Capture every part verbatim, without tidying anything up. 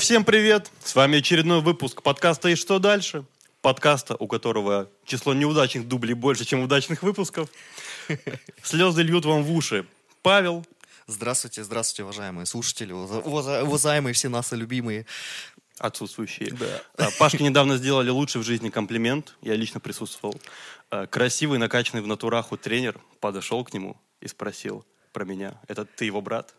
Всем привет! С вами очередной выпуск подкаста «И что дальше?». Подкаста, у которого число неудачных дублей больше, чем удачных выпусков. Слезы льют вам в уши. Павел. Здравствуйте, здравствуйте, уважаемые слушатели, уважа- уважаемые все наши любимые. Отсутствующие. Да. Пашке недавно сделали лучший в жизни комплимент. Я лично присутствовал. Красивый, накачанный в натураху тренер подошел к нему и спросил про меня. Это ты его брат?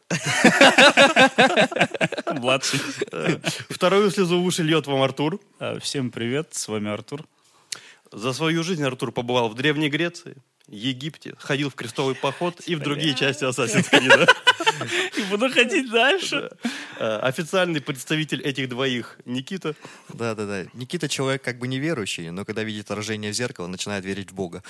Младший. Вторую слезу в уши льет вам Артур. Всем привет, с вами Артур. За свою жизнь Артур побывал в Древней Греции, Египте, ходил в крестовый поход и в другие части Assassin's Creed. И буду ходить дальше. Официальный представитель этих двоих Никита. Да-да-да. Никита человек как бы неверующий, но когда видит отражение в зеркало, начинает верить в Бога.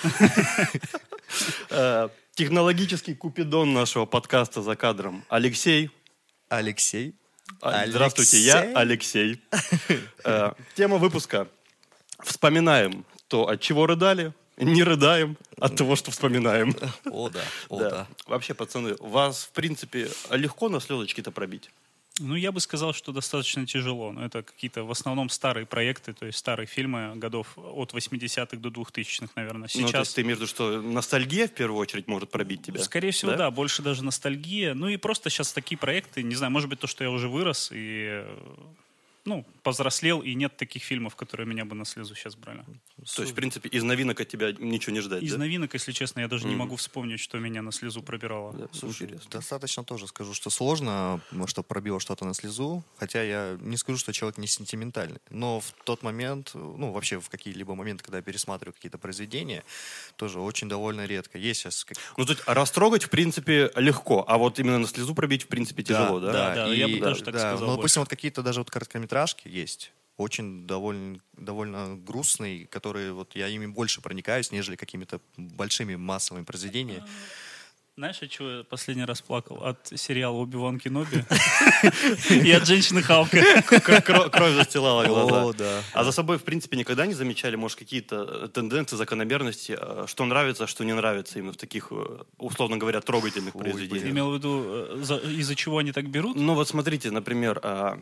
Технологический купидон нашего подкаста «За кадром» Алексей. Алексей. Здравствуйте, я Алексей. Тема выпуска. Вспоминаем то, от чего рыдали. Не рыдаем от того, что вспоминаем. О, да. О, да. да. Вообще, пацаны, вас, в принципе, легко на слезочки-то пробить? Ну, я бы сказал, что достаточно тяжело. Но это какие-то в основном старые проекты, то есть старые фильмы годов от восьмидесятых до двухтысячных, наверное. Сейчас... Ну, то есть ты между что, ностальгия в первую очередь может пробить тебя? Скорее всего, да? да, больше даже ностальгия. Ну и просто сейчас такие проекты, не знаю, может быть, то, что я уже вырос и... Ну, повзрослел, и нет таких фильмов, которые меня бы на слезу сейчас брали. То есть, в принципе, из новинок от тебя ничего не ждать, Из да? новинок, если честно, я даже mm. не Mm. могу вспомнить, что меня на слезу пробирало. Да, Слушай, интересно. достаточно тоже скажу, что сложно, чтобы пробило что-то на слезу. Хотя я не скажу, что человек не сентиментальный. Но в тот момент, ну, вообще в какие-либо моменты, когда я пересматриваю какие-то произведения, тоже очень довольно редко. Есть сейчас... Как... Ну, то есть растрогать, в принципе, легко, а вот именно на слезу пробить, в принципе, тяжело, да? Да, да, и, я бы да, даже так да, сказал. Ну, допустим, вот какие-то даже вот короткометражки есть. Очень довольно, довольно грустный, которые вот я ими больше проникаюсь, нежели какими-то большими массовыми произведениями. Знаешь, от чего я последний раз плакал? От сериала «Оби-Ван Кеноби» и от «Женщины Халка». Кровь застилала глаза. О, да. А за собой, в принципе, никогда не замечали, может, какие-то тенденции, закономерности, что нравится, что не нравится именно в таких, условно говоря, трогательных Ой, произведениях? Ты имел в виду, из-за чего они так берут? Ну, вот смотрите, например,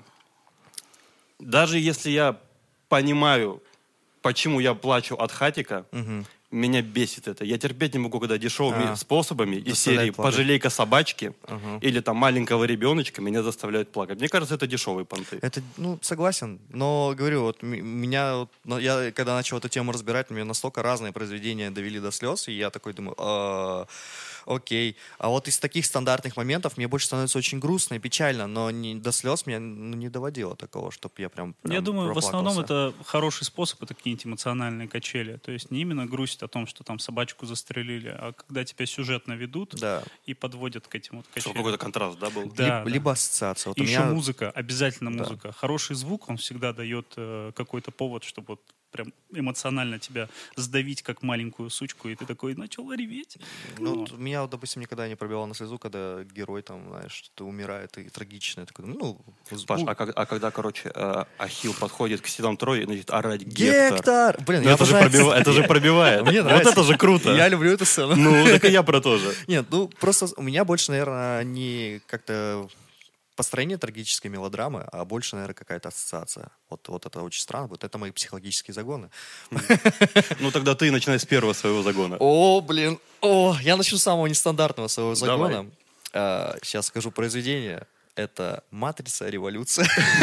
даже если я понимаю, почему я плачу от Хатика, Угу. меня бесит это. Я терпеть не могу, когда дешевыми А, способами из заставляет серии плакать. «Пожалей-ка собачки» Ага. или там «Маленького ребеночка» меня заставляют плакать. Мне кажется, это дешевые понты. Это, ну, согласен, но говорю, вот м- меня, вот, но я когда начал эту тему разбирать, меня настолько разные произведения довели до слез, и я такой думаю, «А, окей. А вот из таких стандартных моментов мне больше становится очень грустно и печально, но не, до слез меня ну, не доводило такого, чтобы я прям, прям Я думаю, в основном проплакался. это хороший способ, это какие-нибудь эмоциональные качели. То есть не именно грусть о том, что там собачку застрелили, а когда тебя сюжетно ведут Да. и подводят к этим вот Чтобы качелям. какой-то контраст, да, был? Да, либо, да. либо ассоциация. Вот И у еще меня... музыка, обязательно Да. музыка. Хороший звук, он всегда дает э, какой-то повод, чтобы вот прям эмоционально тебя сдавить, как маленькую сучку, и ты такой начал реветь. Ну, Ну, вот меня, вот, допустим, никогда не пробивало на слезу, когда герой там, знаешь, что-то умирает и трагично. Я такой, ну, Паш, ну, а, как- а когда, короче, э, Ахилл подходит к стенам Трои и начинает орать «Гектор». Гектор! Блин, Ну, я это, же обожаю пробива- эту это же сцену. пробивает. Мне Вот нравится. это же круто. Я люблю эту сцену. Ну, так и я про то же. Нет, ну просто у меня больше, наверное, не как-то построение трагической мелодрамы, а больше, наверное, какая-то ассоциация. Вот, вот это очень странно. Вот это мои психологические загоны. Ну, тогда ты начинай с первого своего загона. О, блин. О, я начну с самого нестандартного своего Давай. загона. А, сейчас скажу произведение. Это «Матрица. Революция».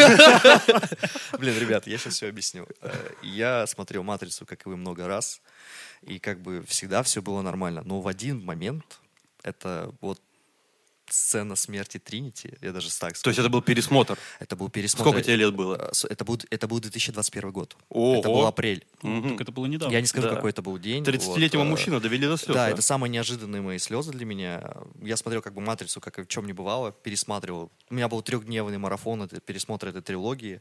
Блин, ребят, я сейчас все объясню. Э, Я смотрел «Матрицу», как и вы, много раз. И как бы всегда все было нормально. Но в один момент это вот сцена смерти Тринити. Я даже так скажу. То есть это был пересмотр. Это был пересмотр. Сколько тебе лет было? Э, с- Это был, это был две тысячи двадцать первый год. Ого. Это был апрель. Мгм. так это было недавно. Я не скажу, Да. какой это был день. тридцатилетнего вот, э, мужчину довели до слез. Да, а? это самые неожиданные мои слезы для меня. Я смотрел как бы «Матрицу», как и в чем не бывало, пересматривал. У меня был трехдневный марафон это, пересмотра этой трилогии.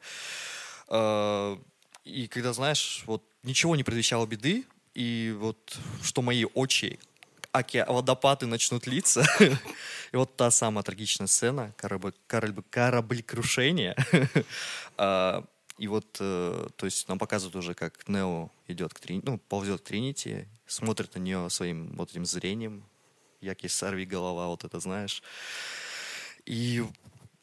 Э, И когда, знаешь, вот ничего не предвещало беды, и вот что мои очи, оке- водопады начнут литься, и вот та самая трагичная сцена, корабль- корабль- кораблекрушение, А, и вот, э, то есть нам показывают уже, как Нео идет к Трини, ну, ползет к Тринити, смотрит на нее своим вот этим зрением, який сорви голова, вот это знаешь. И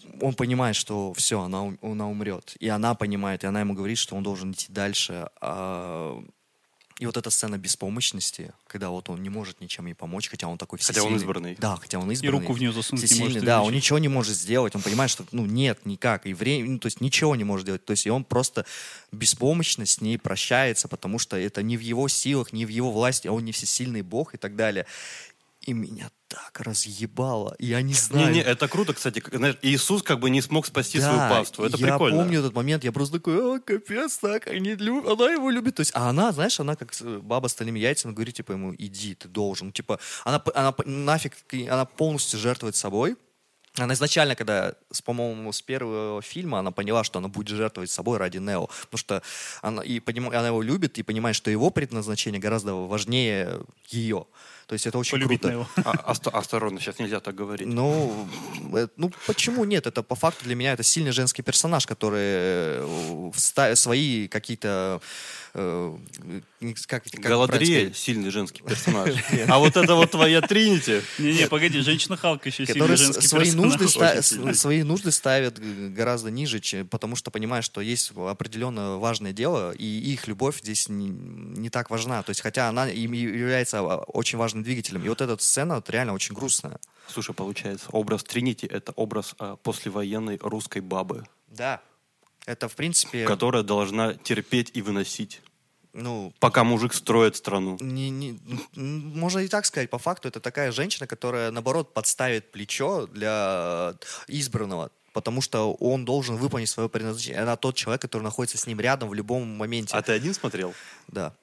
он понимает, что все, она, ум- она умрет. И она понимает, и она ему говорит, что он должен идти дальше. А, И вот эта сцена беспомощности, когда вот он не может ничем ей помочь, хотя он такой Хотя он всесильный. избранный. Да, хотя он И избранный. руку в нее засунуть не всесильный, может. да, он излечить. ничего не может сделать. Он понимает, что ну нет, никак. И время, ну, то есть ничего не может делать. То есть и он просто беспомощно с ней прощается, потому что это не в его силах, не в его власти, а он не всесильный бог и так далее. И меня так разъебало. Я не знаю. Не-не, это круто, кстати. как, знаешь, Иисус как бы не смог спасти Да, свою паству. Это я прикольно. помню этот момент, я просто такой, о, капец, так, они любят, она его любит. То есть, а она, знаешь, она как с- баба с стальными яйцами, говорит, типа, ему, иди, ты должен. Ну, типа, она, п- она п- нафиг, она полностью жертвует собой. Она изначально, когда, с, по-моему, с первого фильма, она поняла, что она будет жертвовать собой ради Нео. Потому что она, и поним- она его любит и понимает, что его предназначение гораздо важнее ее. То есть это очень Полюбить круто. на его. А, оста- осторожно, сейчас нельзя так говорить. Ну, э, ну, почему нет? Это по факту для меня это сильный женский персонаж, который э, вста- свои какие-то э, как, как Галадриэль правильно сильный женский персонаж. А вот это вот твоя Тринити. Не-не, погоди, женщина-Халк еще сказать, сильный который с- женский свои персонаж. нужды, ста- Очень с- сильный. свои нужды ставят г- гораздо ниже, чем- потому что понимают, что есть определенно важное дело, и их любовь здесь не, не так важна. То есть, хотя она им и является а, очень важным двигателем. И вот эта сцена вот, реально очень грустная. Слушай, получается, образ Тринити — это образ а, послевоенной русской бабы, Да. Это, в принципе, которая должна терпеть и выносить, ну, пока мужик строит страну. Не, не, м, можно и так сказать, по факту это такая женщина, которая, наоборот, подставит плечо для избранного, потому что он должен выполнить свое предназначение. Она тот человек, который находится с ним рядом в любом моменте. А ты один смотрел? Да.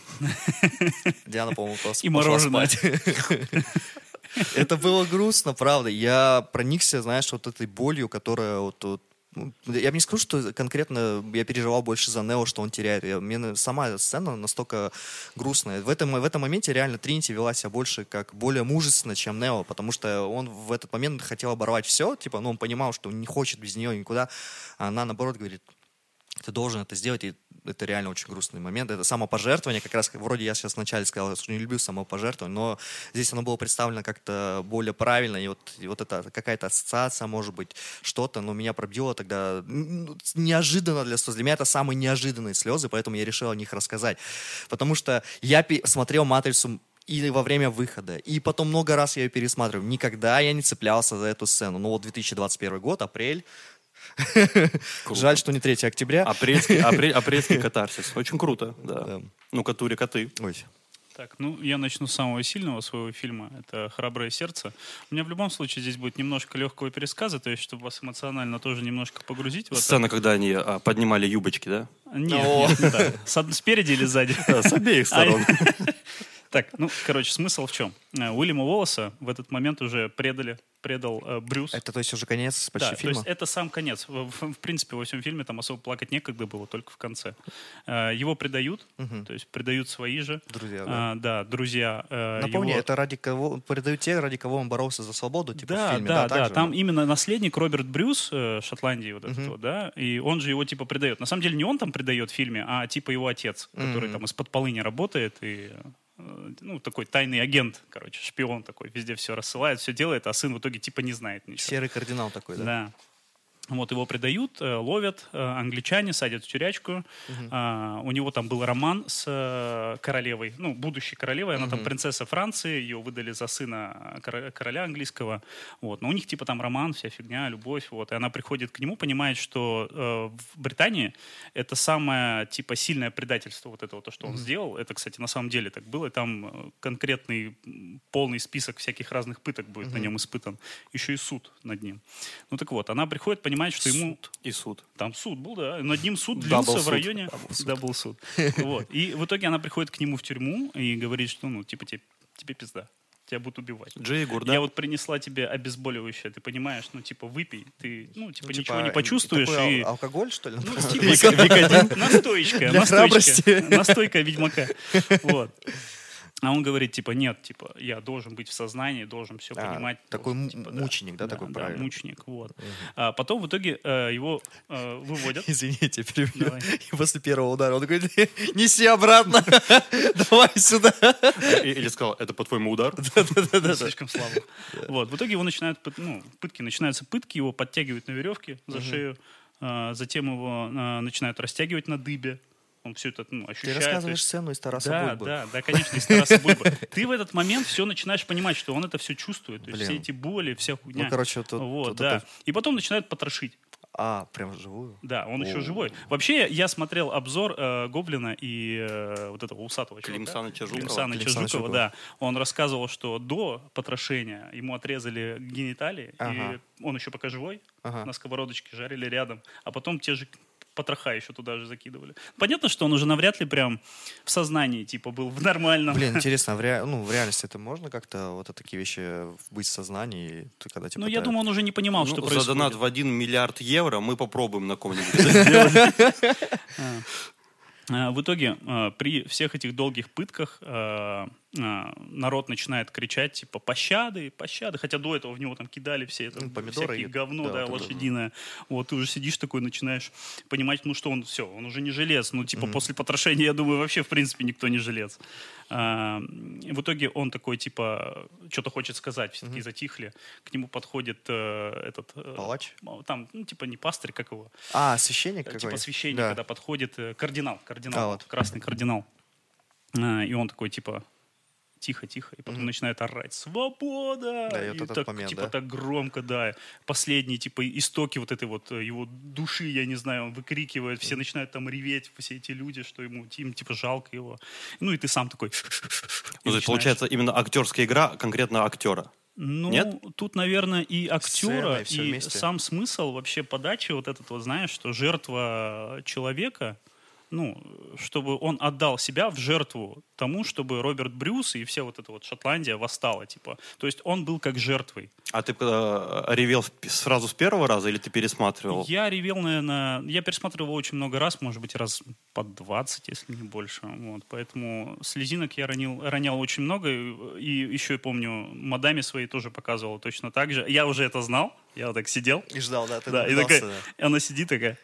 Диана, по-моему, просто И пошла мороженое. спать. Это было грустно, правда. Я проникся, знаешь, вот этой болью, которая вот, вот, ну, я бы не скажу, что конкретно я переживал больше за Нео, что он теряет. Я, мне на- сама сцена настолько грустная. В этом, в этом моменте реально Тринити вела себя больше как более мужественно, чем Нео, потому что он в этот момент хотел оборвать все, типа, ну, он понимал, что он не хочет без нее никуда, а она, наоборот, говорит, ты должен это сделать, и это реально очень грустный момент. Это самопожертвование, как раз, вроде я сейчас вначале сказал, что не люблю самопожертвование, но здесь оно было представлено как-то более правильно, и вот, и вот это какая-то ассоциация, может быть, что-то, но меня пробило тогда м, неожиданно для слез. Для меня это самые неожиданные слезы, поэтому я решил о них рассказать. Потому что я пе- смотрел «Матрицу» и во время выхода, и потом много раз я ее пересматривал. Никогда я не цеплялся за эту сцену. Ну вот две тысячи двадцать первый год, апрель. Жаль, что не третьего октября. Апрельский, апрель- апрельский катарсис. Очень круто, да. Да. Ну-ка, Турик, а ты? Ой. Так, ну, я начну с самого сильного своего фильма. Это «Храброе сердце». У меня в любом случае здесь будет немножко легкого пересказа, то есть, чтобы вас эмоционально тоже немножко погрузить в это. Сцена, когда они а, поднимали юбочки, да? Нет, О. нет, не так. С од- Спереди или сзади? Да, с обеих сторон. Так, ну, короче, смысл в чем? Э, Уильяма Уоллеса в этот момент уже предали, предал э, Брюс. Это, то есть, уже конец почти Да, то фильма? есть это сам конец. В, в- в принципе, во всем фильме там особо плакать некогда было, только в конце. Э, Его предают, Мгм. то есть предают свои же. Друзья, да. А, да, друзья. э, Напомни, его- это ради кого предают те, ради кого он боролся за свободу, типа да, в фильме, да, да, да, так же? там Ну, именно наследник Роберт Брюс, э, Шотландии вот этот Мгм. вот, да, и он же его типа предает. На самом деле не он там предает в фильме, а типа его отец, который Мгм. там из-под полыни работает и э, ну, такой тайный агент, короче, шпион такой, везде все рассылает, все делает, а сын в итоге типа не знает ничего. серый кардинал такой, да? Да. Вот его предают, э, ловят, э, англичане садят в тюрячку. А, у него там был роман с э, королевой, ну, будущей королевой. Она там Мгм. принцесса Франции, ее выдали за сына кор- короля английского. Вот. Но у них типа там роман, вся фигня, любовь. Вот. И она приходит к нему, понимает, что э, в Британии это самое типа сильное предательство вот этого, то, что он сделал. Это, кстати, на самом деле так было. И там э, конкретный м, полный список всяких разных пыток будет на нем испытан. Еще и суд над ним. Ну так вот, она приходит, понимает, что ему... И суд. Там суд был, да. Над ним суд Дабл длился в суд. районе... Дабл суд. Вот. И в итоге она приходит к нему в тюрьму и говорит, что, ну, типа, тебе, тебе пизда. Тебя будут убивать. Джей Гур, да? Я вот принесла тебе обезболивающее, ты понимаешь, ну, типа, выпей, ты, ну, типа, Ну, ничего типа, не почувствуешь. такой И... ал- алкоголь, что ли? Ну, например? типа, Вика- Викодин. Настоечка, Для настоечка. храбрости. Настойка ведьмака. Вот. А он говорит, типа, нет, типа, я должен быть в сознании, должен все А, понимать. такой должен, м- типа, мученик, да, такой да, правильный? мученик, вот. А потом в итоге э, его э, выводят. Извините, перебью. Давай. И после первого удара он такой, неси обратно, давай сюда. И- Или сказал, это по-твоему удар? Слишком слабо. Вот. В итоге его начинают, пыт- ну, пытки, начинаются пытки, его подтягивают на веревке за шею, а, затем его а, начинают растягивать на дыбе. Он все это ну, Ты ощущает. рассказываешь то есть- сцену из Тараса Да, Бульбы. да, да, конечно, из Тараса Бульбы. Ты в этот момент все начинаешь понимать, что он это все чувствует. То есть Блин. все эти боли, вся хуйня. Ну, короче, вот тут- вот, тут да. это- И потом начинают потрошить. А, прям вживую? Да, он еще О. живой. Вообще, я смотрел обзор э, Гоблина и э, вот этого усатого Клим чувака. Саныча Жукова. Клим Саныча Клим Саныча Жукова, Жукова. да. Он рассказывал, что до потрошения ему отрезали гениталии, Ага. и он еще пока живой, Ага. на сковородочке жарили рядом, а потом те же потроха еще туда же закидывали. Понятно, что он уже навряд ли прям в сознании, типа, был в нормальном. Блин, интересно, а в, ре- ну, в реальности это можно как-то вот такие вещи быть в сознании? Ты когда, типа, Ну, я ты- думаю, он уже не понимал, что Ну, за происходит. донат в один миллиард евро мы попробуем на ком-нибудь это сделать. А, В итоге а, при всех этих долгих пытках а, а, народ начинает кричать, типа, пощады, пощады. Хотя до этого в него там кидали все это, Ну, помидоры всякие и- говно, да, да, вот это лошадиное. Вот, ты уже сидишь такой, начинаешь понимать, ну что он, все, он уже не жилец. Ну, типа, после потрошения, я думаю, вообще, в принципе, никто не жилец. А, в итоге он такой, типа, что-то хочет сказать, все такие затихли. К нему подходит э, этот... э, Палач? Там, ну, типа, не пастырь, как его? А, священник Типа какой-нибудь? священник, Да. когда подходит э, кардинал, кардинал, А, вот. красный кардинал. А, И он такой, типа, тихо-тихо, и потом начинает орать «Свобода!» Да, и вот И этот так, момент, типа, да. так громко, да. Последние, типа, истоки вот этой вот э, его души, я не знаю, он выкрикивает, все начинают там реветь, все эти люди, что ему, им, типа, жалко его. Ну, и ты сам такой... и Ну, то есть, начинаешь. получается, именно актерская игра конкретно актера. Ну, Нет? тут, наверное, и актера, Сцена, и всё и вместе. сам смысл вообще подачи вот этот вот, знаешь, что жертва человека, ну, чтобы он отдал себя в жертву тому, чтобы Роберт Брюс и вся вот эта вот Шотландия восстала, типа. То есть он был как жертвой. А ты когда ревел в- сразу с первого раза или ты пересматривал? Я ревел, наверное, я пересматривал его очень много раз, может быть, раз по двадцать, если не больше. Вот. Поэтому слезинок я ронил, ронял очень много. И еще я помню, мадаме своей тоже показывал точно так же. Я уже это знал, я вот так сидел. И ждал, да? Ты Да, и наблюдался, такая, да. и она сидит такая,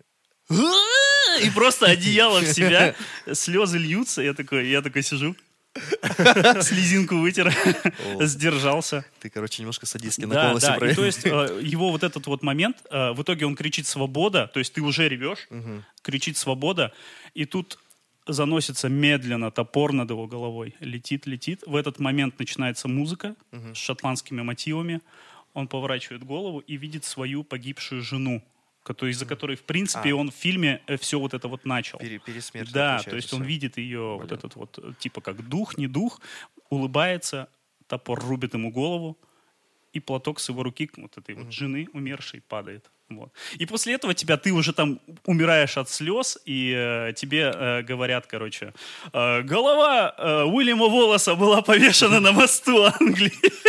и просто одеяло в себя, слезы льются, я такой, я такой сижу, слезинку вытер, сдержался. Ты, короче, немножко садистски Да, наклонности да, и проявил. то есть э, его вот этот вот момент, э, в итоге он кричит «свобода», то есть ты уже ревешь, кричит «свобода», и тут заносится медленно топор над его головой, летит, летит. В этот момент начинается музыка с шотландскими мотивами, он поворачивает голову и видит свою погибшую жену, который- из-за которой, в принципе, А. он в фильме все вот это вот начал. Пере- пересмертие, Да, получается, то есть он всё. видит ее, вот этот вот, э, типа как дух, не дух, улыбается, топор рубит ему голову, и платок с его руки, вот этой вот жены умершей, падает. Вот. И после этого тебя, ты уже там умираешь от слез, и э, тебе э, говорят, короче, э, голова э, Уильяма Волоса была повешена на мосту Англии.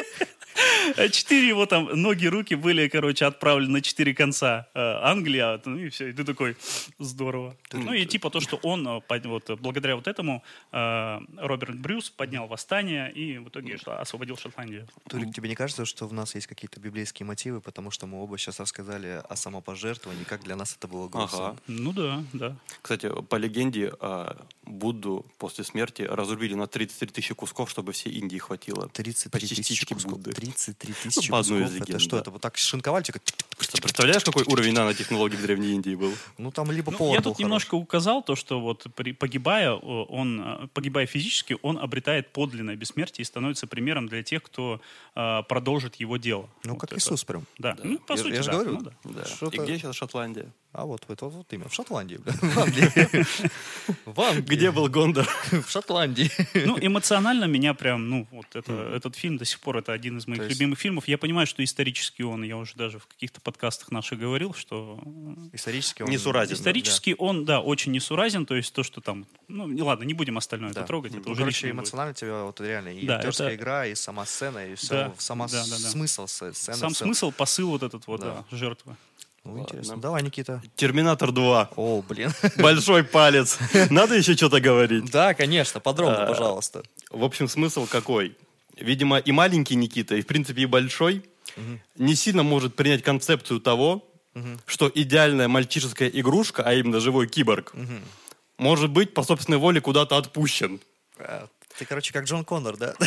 А Четыре его там ноги, руки были, короче, отправлены на четыре конца э, Англии, а, ну и все, и ты такой, здорово. Ну и типа то, что он, э, под- вот, э, благодаря вот этому, э, Роберт Брюс поднял восстание и в итоге шла- освободил Шотландию. Толик, тебе не кажется, что в нас есть какие-то библейские мотивы, потому что мы оба сейчас рассказали о самопожертвовании, как для нас это было грустно? Ага. Ну да, да. Кстати, по легенде, а, Будду после смерти разрубили на тридцать три тысячи кусков, чтобы всей Индии хватило. тридцать По три тысячи частичке кусков. Будды. тридцать три тысячи Ну, по одной из кусков. Это легенд, что, да. это вот так шинковали? типа, Ты представляешь, какой уровень нанотехнологий в Древней Индии был? Ну, там либо Ну, повар я был тут хорош. немножко указал то, что вот при, погибая, о, он, э, погибая физически, он обретает подлинное бессмертие и становится примером для тех, кто э, продолжит его дело. Ну, Вот как это. Иисус прям. Да, ну, по Я- сути, я же да. говорю. Ну, да. Да. Что-то- И где сейчас Шотландия? А вот, вот, вот, вот имя. В Шотландии. бля. В Англии. В Англии. Где был Гондор? В Шотландии. Ну, эмоционально меня прям, ну, вот это, этот фильм до сих пор это один из моих То есть- любимых фильмов. Я понимаю, что исторически он, я уже даже в каких-то подкастах наших говорил, что Исторически он... Несуразен. исторически он, да, очень несуразен, то есть то, что там, ну, не ладно, не будем остальное Да. это трогать, это Ну, уже короче, лишнее будет. эмоционально тебя вот реально и Да, актерская это- игра, и сама сцена, и все, Да, сама да, да, да. смысл с- сцены. Сам в целом. смысл, посыл вот этот вот, Да. да, жертвы. Ну, Ладно. интересно. Давай, Никита. Терминатор два. О, блин. Большой палец. Надо еще что-то говорить? Да, конечно, подробно, А, пожалуйста. В общем, смысл какой? Видимо, и маленький Никита, и, в принципе, и большой не сильно может принять концепцию того, что идеальная мальчишеская игрушка, а именно живой киборг, может быть по собственной воле куда-то отпущен. А, Ты, короче, как Джон Коннор, да?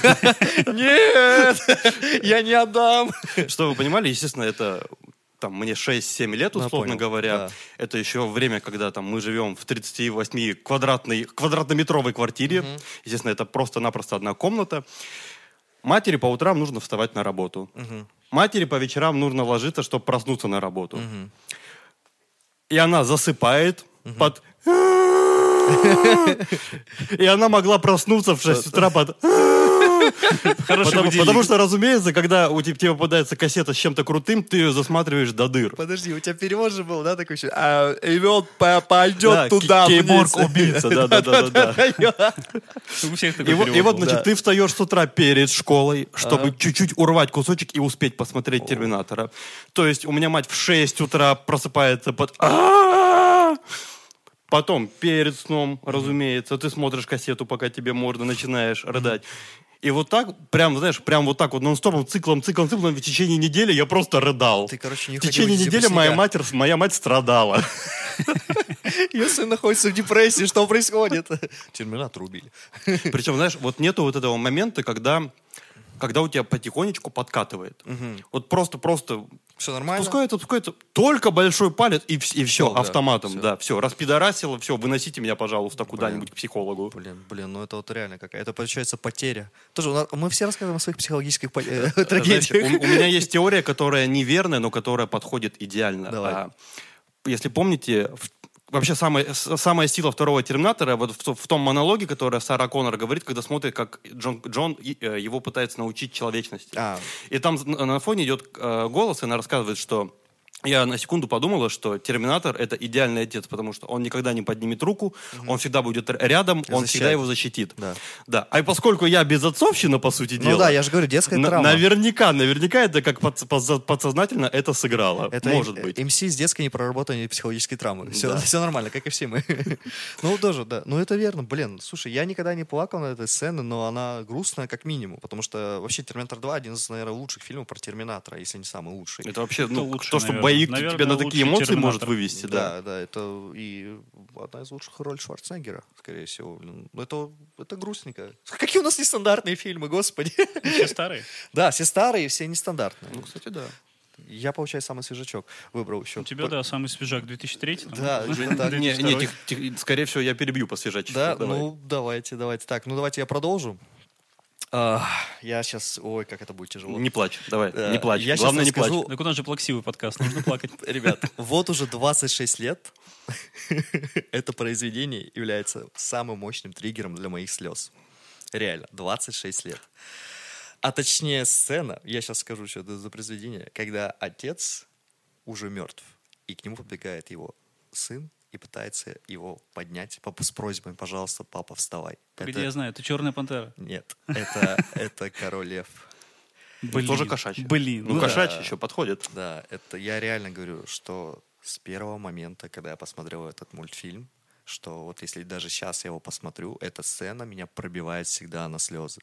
Нет, я не отдам. Что вы понимали, естественно, это там, мне шесть-семь лет, Ну, условно понял, говоря. да. Это еще время, когда там, мы живем в тридцати восьми квадратной, квадратнометровой квартире. Естественно, это просто-напросто одна комната. Матери по утрам нужно вставать на работу. Матери по вечерам нужно ложиться, чтобы проснуться на работу. И она засыпает под... И она могла проснуться в шесть утра под... Хороший Потому, будильник. потому что, разумеется, когда у тебя, тебе попадается кассета с чем-то крутым, ты ее засматриваешь до дыр. Подожди, у тебя перевод же был, да, такой еще? А, и вот по- пойдет Да, туда кей- вниз. кейборг-убийца, да-да-да-да. У всех такой И вот, перевод и вот, был. значит, да. ты встаешь с утра перед школой, чтобы Ага. чуть-чуть урвать кусочек и успеть посмотреть «Терминатора». То есть у меня мать в шесть утра просыпается под... «А-а-а!» Потом, перед сном, разумеется, ты смотришь кассету, пока тебе можно, начинаешь рыдать. И вот так, прям, знаешь, прям вот так вот нон-стопом, циклом, циклом, циклом в течение недели я просто рыдал. Ты, короче, не В ходил течение в недели моя депрессника. мать, моя мать страдала. Ее сын находится в депрессии, что происходит? Терминатор убили. Причем, знаешь, вот нету вот этого момента, когда, когда у тебя потихонечку подкатывает. Вот просто-просто Все нормально? спускается, спускается, только большой палец, и, вс- и все, Всё, да, автоматом, всё. да, все, распидорасило, все, выносите меня, пожалуйста, куда-нибудь к психологу. Блин, блин, ну это вот реально какая. Это получается потеря. Тоже у нас- мы все рассказываем о своих психологических по- э, Знаешь, трагедиях. у, у меня есть теория, которая неверная, но которая подходит идеально. Давай. А, если помните, в- вообще самая, с- самая сила второго Терминатора вот в, то- в том монологе, который Сара Коннор говорит, когда смотрит, как Джон, Джон и, э, его пытается научить человечности. А. И там на на фоне идет э, голос, и она рассказывает, что я на секунду подумала, что Терминатор — это идеальный отец, потому что он никогда не поднимет руку, он всегда будет р- рядом, он всегда Защищает. его защитит. Да. Да. А поскольку я безотцовщина, по сути дела, Ну да, я же говорю, детская на- травма. наверняка, наверняка это как подс- подс- подсознательно это сыграло. Это Может м- быть. МС с детской непроработанной психологической травмы. Все, Да. все нормально, как и все мы. Ну, тоже, да. Ну, это верно. Блин, слушай, я никогда не плакал на этой сцене, но она грустная как минимум, потому что вообще «Терминатор два» один из, наверное, лучших фильмов про Терминатора, если не самый лучший. Это вообще, Это ну, лучше, то, что наверное. боевик Наверное, тебя на такие лучший эмоции «Терминатор». может вывести, да. Да, да, это и одна из лучших ролей Шварценеггера, скорее всего. Блин. Ну, Это, это грустненько. Какие у нас нестандартные фильмы, господи. Все старые. Да, все старые, все нестандартные. Ну, кстати, да. Я, получается, самый свежачок выбрал еще. У тебя, да, самый свежак две тысячи третий. Да, где-то так. Не, не, две тысячи второй. тих- тих- скорее всего, я перебью посвежачить. Да, Давай. ну давайте, давайте. Так, ну давайте я продолжу. А, я сейчас, ой, как это будет тяжело. Не плачь, давай, Да, не плачь. я щас Главное, не расскажу. плачь. Так у нас же плаксивый подкаст, нужно плакать. Ребят, вот уже двадцать шесть лет это произведение является самым мощным триггером для моих слез. Реально, двадцать шесть лет. А точнее сцена, я сейчас скажу, что это за произведение, когда отец уже мертв, и к нему подбегает его сын и пытается его поднять папа, с просьбой, пожалуйста, папа, вставай. Погоди, Это- я знаю, это черная пантера. Нет, это, это король лев. Блин. Тоже кошачий. Блин. Ну, Ну кошачий да. еще подходит. Да, это я реально говорю, что с первого момента, когда я посмотрел этот мультфильм, что вот если даже сейчас я его посмотрю, эта сцена меня пробивает всегда на слезы.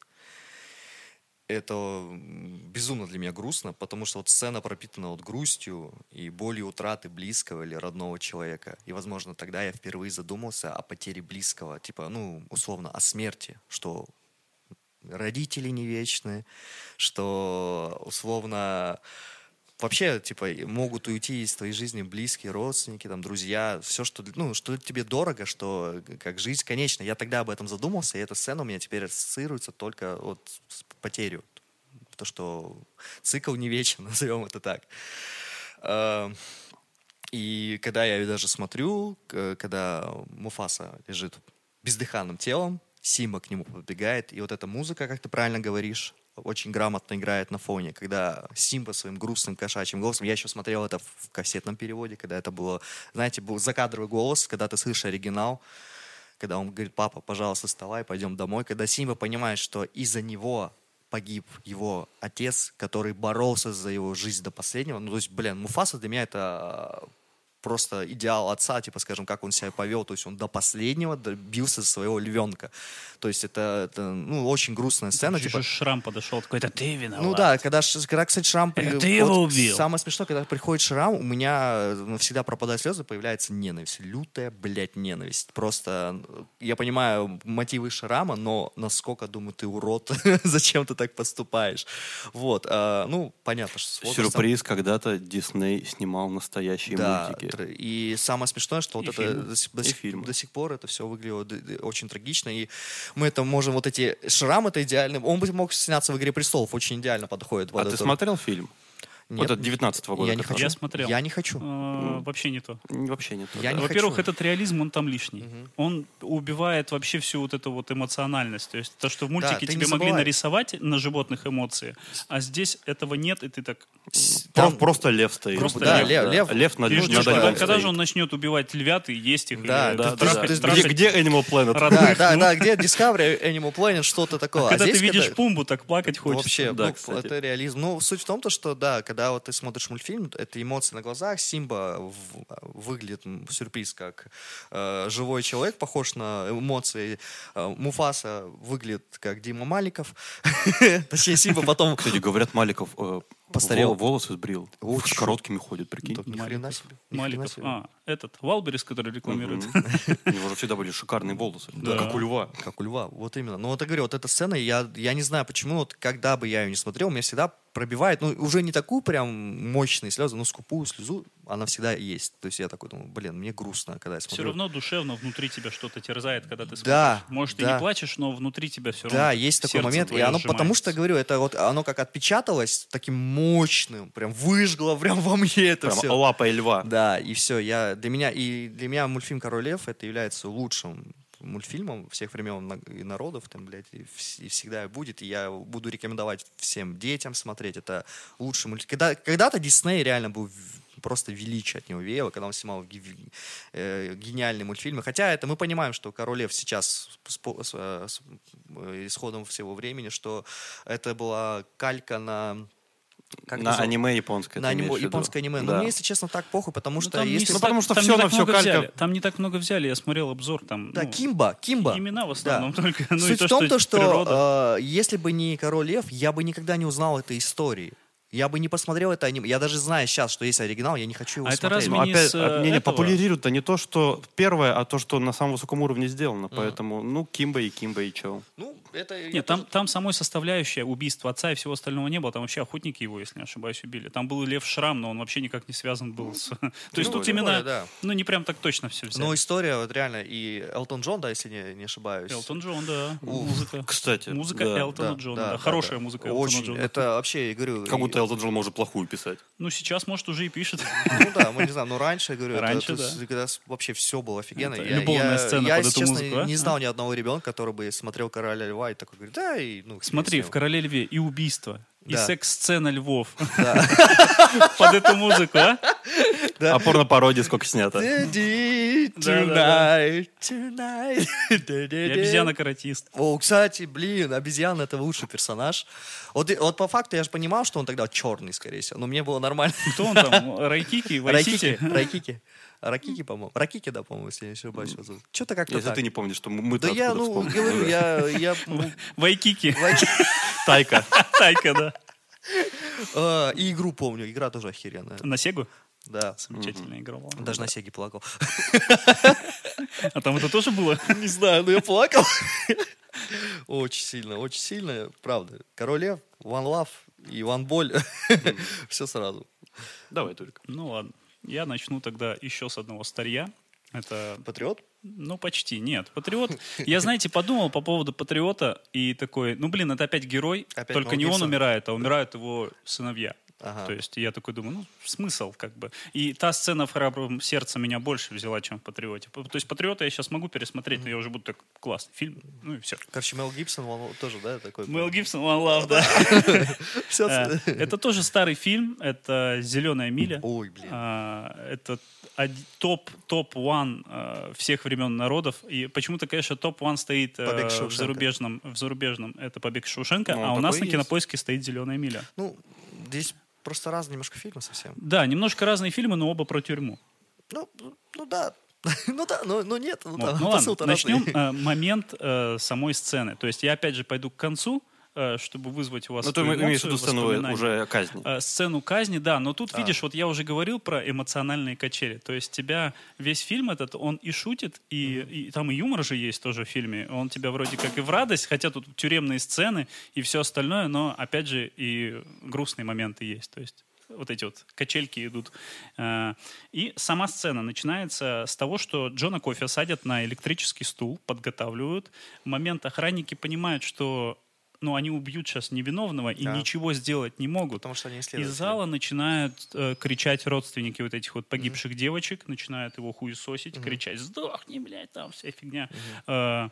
Это м, безумно для меня грустно, потому что вот сцена пропитана вот грустью и болью утраты близкого или родного человека. И, возможно, тогда я впервые задумался о потере близкого, типа, ну, условно, о смерти, что родители не вечны, что, условно, вообще, типа, могут уйти из твоей жизни близкие, родственники, там, друзья, все, что, ну, что тебе дорого, что как жизнь конечна. Я тогда об этом задумался, и эта сцена у меня теперь ассоциируется только вот с потерей. То, что цикл не вечен, назовем это так. А, И когда я даже смотрю, к- когда Муфаса лежит бездыханным телом, Симба к нему подбегает, и вот эта музыка, как ты правильно говоришь, очень грамотно играет на фоне, когда Симба своим грустным кошачьим голосом, я еще смотрел это в кассетном переводе, когда это было, знаете, был закадровый голос, когда ты слышишь оригинал, когда он говорит: папа, пожалуйста, вставай, пойдем домой, когда Симба понимает, что из-за него погиб его отец, который боролся за его жизнь до последнего. Ну, то есть, блин, Муфаса для меня это просто идеал отца, типа, скажем, как он себя повел, то есть он до последнего добился своего львенка. То есть это, это ну, очень грустная сцена. Типа, Типа, Шрам подошел, такой, это ты виноват. ну да, когда, ш- когда кстати, Шрам... при- Это ты его убил. Самое смешное, когда приходит Шрам, у меня навсегда пропадают слезы, появляется ненависть. Лютая, блядь, ненависть. Просто я понимаю мотивы Шрама, но насколько, думаю, ты урод, зачем ты так поступаешь? Вот, а, ну, понятно, что с возрастом... Сюрприз, когда-то Дисней снимал настоящие Да, мультики. тр- и самое смешное, что вот И это фильмы. до сих, до И сих- фильмы. до сих пор это все выглядело д- д- очень трагично, и мы это можем, вот эти Шрам это идеально, он бы мог сняться в «Игре престолов», очень идеально подходит. А под ты эту- смотрел фильм? Нет, Вот этот девятнадцатого года. я не который. хочу. Я смотрел. Я не хочу. А, Вообще не то. М, Вообще не то. Я да. не Во-первых, хочу. этот реализм, он там лишний. Он убивает вообще всю вот эту вот эмоциональность. То есть то, что в мультике ты не тебе могли забывай. нарисовать на животных эмоции, а здесь этого нет, и ты так... Про- Там- Просто лев стоит. Просто Да, лев, лев, лев. Лев над, Ты над ждешь, львом когда, когда стоит. же он начнет убивать львят и есть их? Да, или да, Да, трахать- да. трахать- Где, где Animal Planet? Да, родных, да, ну. да, где Discovery, Animal Planet, что-то такое. А Когда ты здесь видишь когда- Пумбу, так плакать хочется. Вообще, Да, ну, кстати. это реализм. Ну, суть в том, то, что, да, когда вот ты смотришь мультфильм, это эмоции на глазах, Симба в- выглядит, м, сюрприз, как э, живой человек, похож на эмоции. Э, Муфаса выглядит как Дима Маликов. Точнее, Симба потом... Кстати, говорят, Маликов э, Постарел. вол- волосы сбрил. Очень. С короткими ходит, прикинь. Так, ни хрена себе. Ни хрена Маликов. себе. А, этот, Валберис, который рекламирует. Мгм. У него же всегда были шикарные волосы. Да. Как у льва. Как у льва, вот именно. Ну вот я говорю, вот эта сцена, я, я не знаю почему, вот когда бы я ее не смотрел, меня всегда пробивает, ну уже не такую прям мощные слезы, но скупую слезу, она всегда есть. То есть я такой думаю, блин, мне грустно, когда я смотрю. Все равно душевно внутри тебя что-то терзает, когда ты смотришь. Да, Может, ты да. не плачешь, но внутри тебя все равно. Да, есть такой сердце момент, и твое оно, потому сжимается. что, говорю, это вот оно как отпечаталось таким мощным, прям выжгло прям во мне это Прям все. лапой льва. Да, и все, я, для меня, и для меня мультфильм «Король лев» это является лучшим мультфильмом всех времен на- и народов, там, блядь, и, вс- и всегда и будет, и я буду рекомендовать всем детям смотреть, это лучший мультфильм. Когда, когда-то Дисней реально был в- просто величие от него веяло, когда он снимал ги- э, гениальные мультфильмы, хотя это мы понимаем, что «Король лев» сейчас с, по- с, э, с, э, исходом всего времени, что это была калька на... как На назов- аниме японское. на ты аниме, имеешь в виду? японское аниме. Но Да. мне, если честно, так похуй, потому Ну, что там не если... Ну, ста- потому что там всё не на так всё много калька. взяли. Там не так много взяли. Я смотрел обзор. Там, Да, ну, Кимба, Кимба. имена в Да. основном только. Ну, и Суть то, в том, что то, что природа. э, если бы не «Король лев», я бы никогда не узнал этой истории. Я бы не посмотрел это аниме. Я даже знаю сейчас, что есть оригинал, я не хочу его А это смотреть. разве Ну, не опять, с, а, э, не, не, этого? популяризируют-то не то, что первое, а то, что на самом высоком уровне сделано. Поэтому, ну, Кимба и Кимба и чё. Ну, это... я Нет, там, тоже- там самой составляющей убийства отца и всего остального не было. Там вообще охотники его, если не ошибаюсь, убили. Там был Лев Шрам, но он вообще никак не связан был с... То есть Ну, тут тем именно, более, да. ну не прям так точно все взяли. Но история вот реально, и Элтон Джон, да, если не, не ошибаюсь. Элтон Джон, да. Уф. Музыка. Кстати, Музыка да. Элтона Джона. Да, Хорошая музыка Элтона Очень. Джона. Это вообще, я говорю... Как будто и- Элтон Джон может плохую писать. Ну, сейчас, может, уже и пишет. Ну да, мы не знаем, но раньше, я говорю, это- Раньше, это да. с- когда с- вообще все было офигенно. Это Я- любовная я, сцена я, под если эту честно, музыку, а? не знал ни одного ребенка, который бы смотрел «Короля льва» и такой говорит, да, и ну... Смотри, хрен в с ним. «Короле льве» и убийство, и Да. секс-сцена львов Да. под эту музыку, а? Да. А порно-пародии сколько снято. Daddy, Да-да-да. tonight, tonight. И обезьяна-каратист. О, кстати, блин, обезьяна — это лучший персонаж. Вот, и- вот по факту я же понимал, что он тогда черный, скорее всего, но мне было нормально. Кто он там? Райкики? Райкики, Вайсити? Райкики. Ракики, по-моему. Ракики, да, по-моему, если я не ошибаюсь. Что-то как-то Если так. ты не помнишь, что мы Да я, ну, говорю, я... я ну, Вайкики. Райки- Тайка. Тайка, да. А, И игру помню, игра тоже охеренная. На Сегу? Да. Замечательная игра была. Даже на Сеге плакал. А там это тоже было? Не знаю, но я плакал. Очень сильно, очень сильно, правда. Король лев, One Love и One Боль. Все сразу. Давай, Толик. Ну ладно. Я начну тогда еще с одного старья. Это, Патриот? ну, почти, нет. Патриот. Я, знаете, подумал по поводу Патриота и такой, ну, блин, это опять герой, Опять только Мел не он Гибсон. умирает, а умирают его сыновья. Ага. То есть я такой думаю, ну, смысл как бы. И та сцена в «Храбром сердце» меня больше взяла, чем в «Патриоте». То есть «Патриота» я сейчас могу пересмотреть, но я уже буду так, классный фильм, ну и все. Короче, Мел Гибсон, он тоже, да, такой? Мел Гибсон, One Love, да. Всё- Э, Это тоже старый фильм, это «Зеленая миля». Ой, блин. А, Это оди- топ, топ-1 э, всех времен народов. И почему-то, конечно, топ-1 стоит э, «Побег из в Шоушенка». зарубежном, в зарубежном. Это «Побег из Шоушенка», Ну, а у такой нас на есть. Кинопоиске стоит «Зеленая миля». Ну, здесь просто разные немножко фильмы совсем. Да, немножко разные фильмы, но оба про тюрьму. Ну, ну да. Ну да, но, но нет. Ну, Вот. там Ну ладно, посыл-то начнем разный. э, момент э, самой сцены. То есть я опять же пойду к концу, э, чтобы вызвать у вас Ну, ты эту имеешь в эмоцию, виду сцену воспоминания. уже казни. Э, Сцену казни, да, но тут, А. видишь, вот я уже говорил про эмоциональные качели. То есть тебя весь фильм этот, он и шутит, и, и там и юмор же есть тоже в фильме. Он тебя вроде как и в радость, хотя тут тюремные сцены и все остальное, но опять же и грустные моменты есть. То есть вот эти вот качельки идут. Э, И сама сцена начинается с того, что Джона Кофи садят на электрический стул, подготавливают. В момент охранники понимают, что ну, они убьют сейчас невиновного и Да. ничего сделать не могут. Потому что они Из исследователи. зала начинают э, кричать родственники вот этих вот погибших девочек, начинают его хуесосить, кричать «Сдохни, блядь, там вся фигня». Э,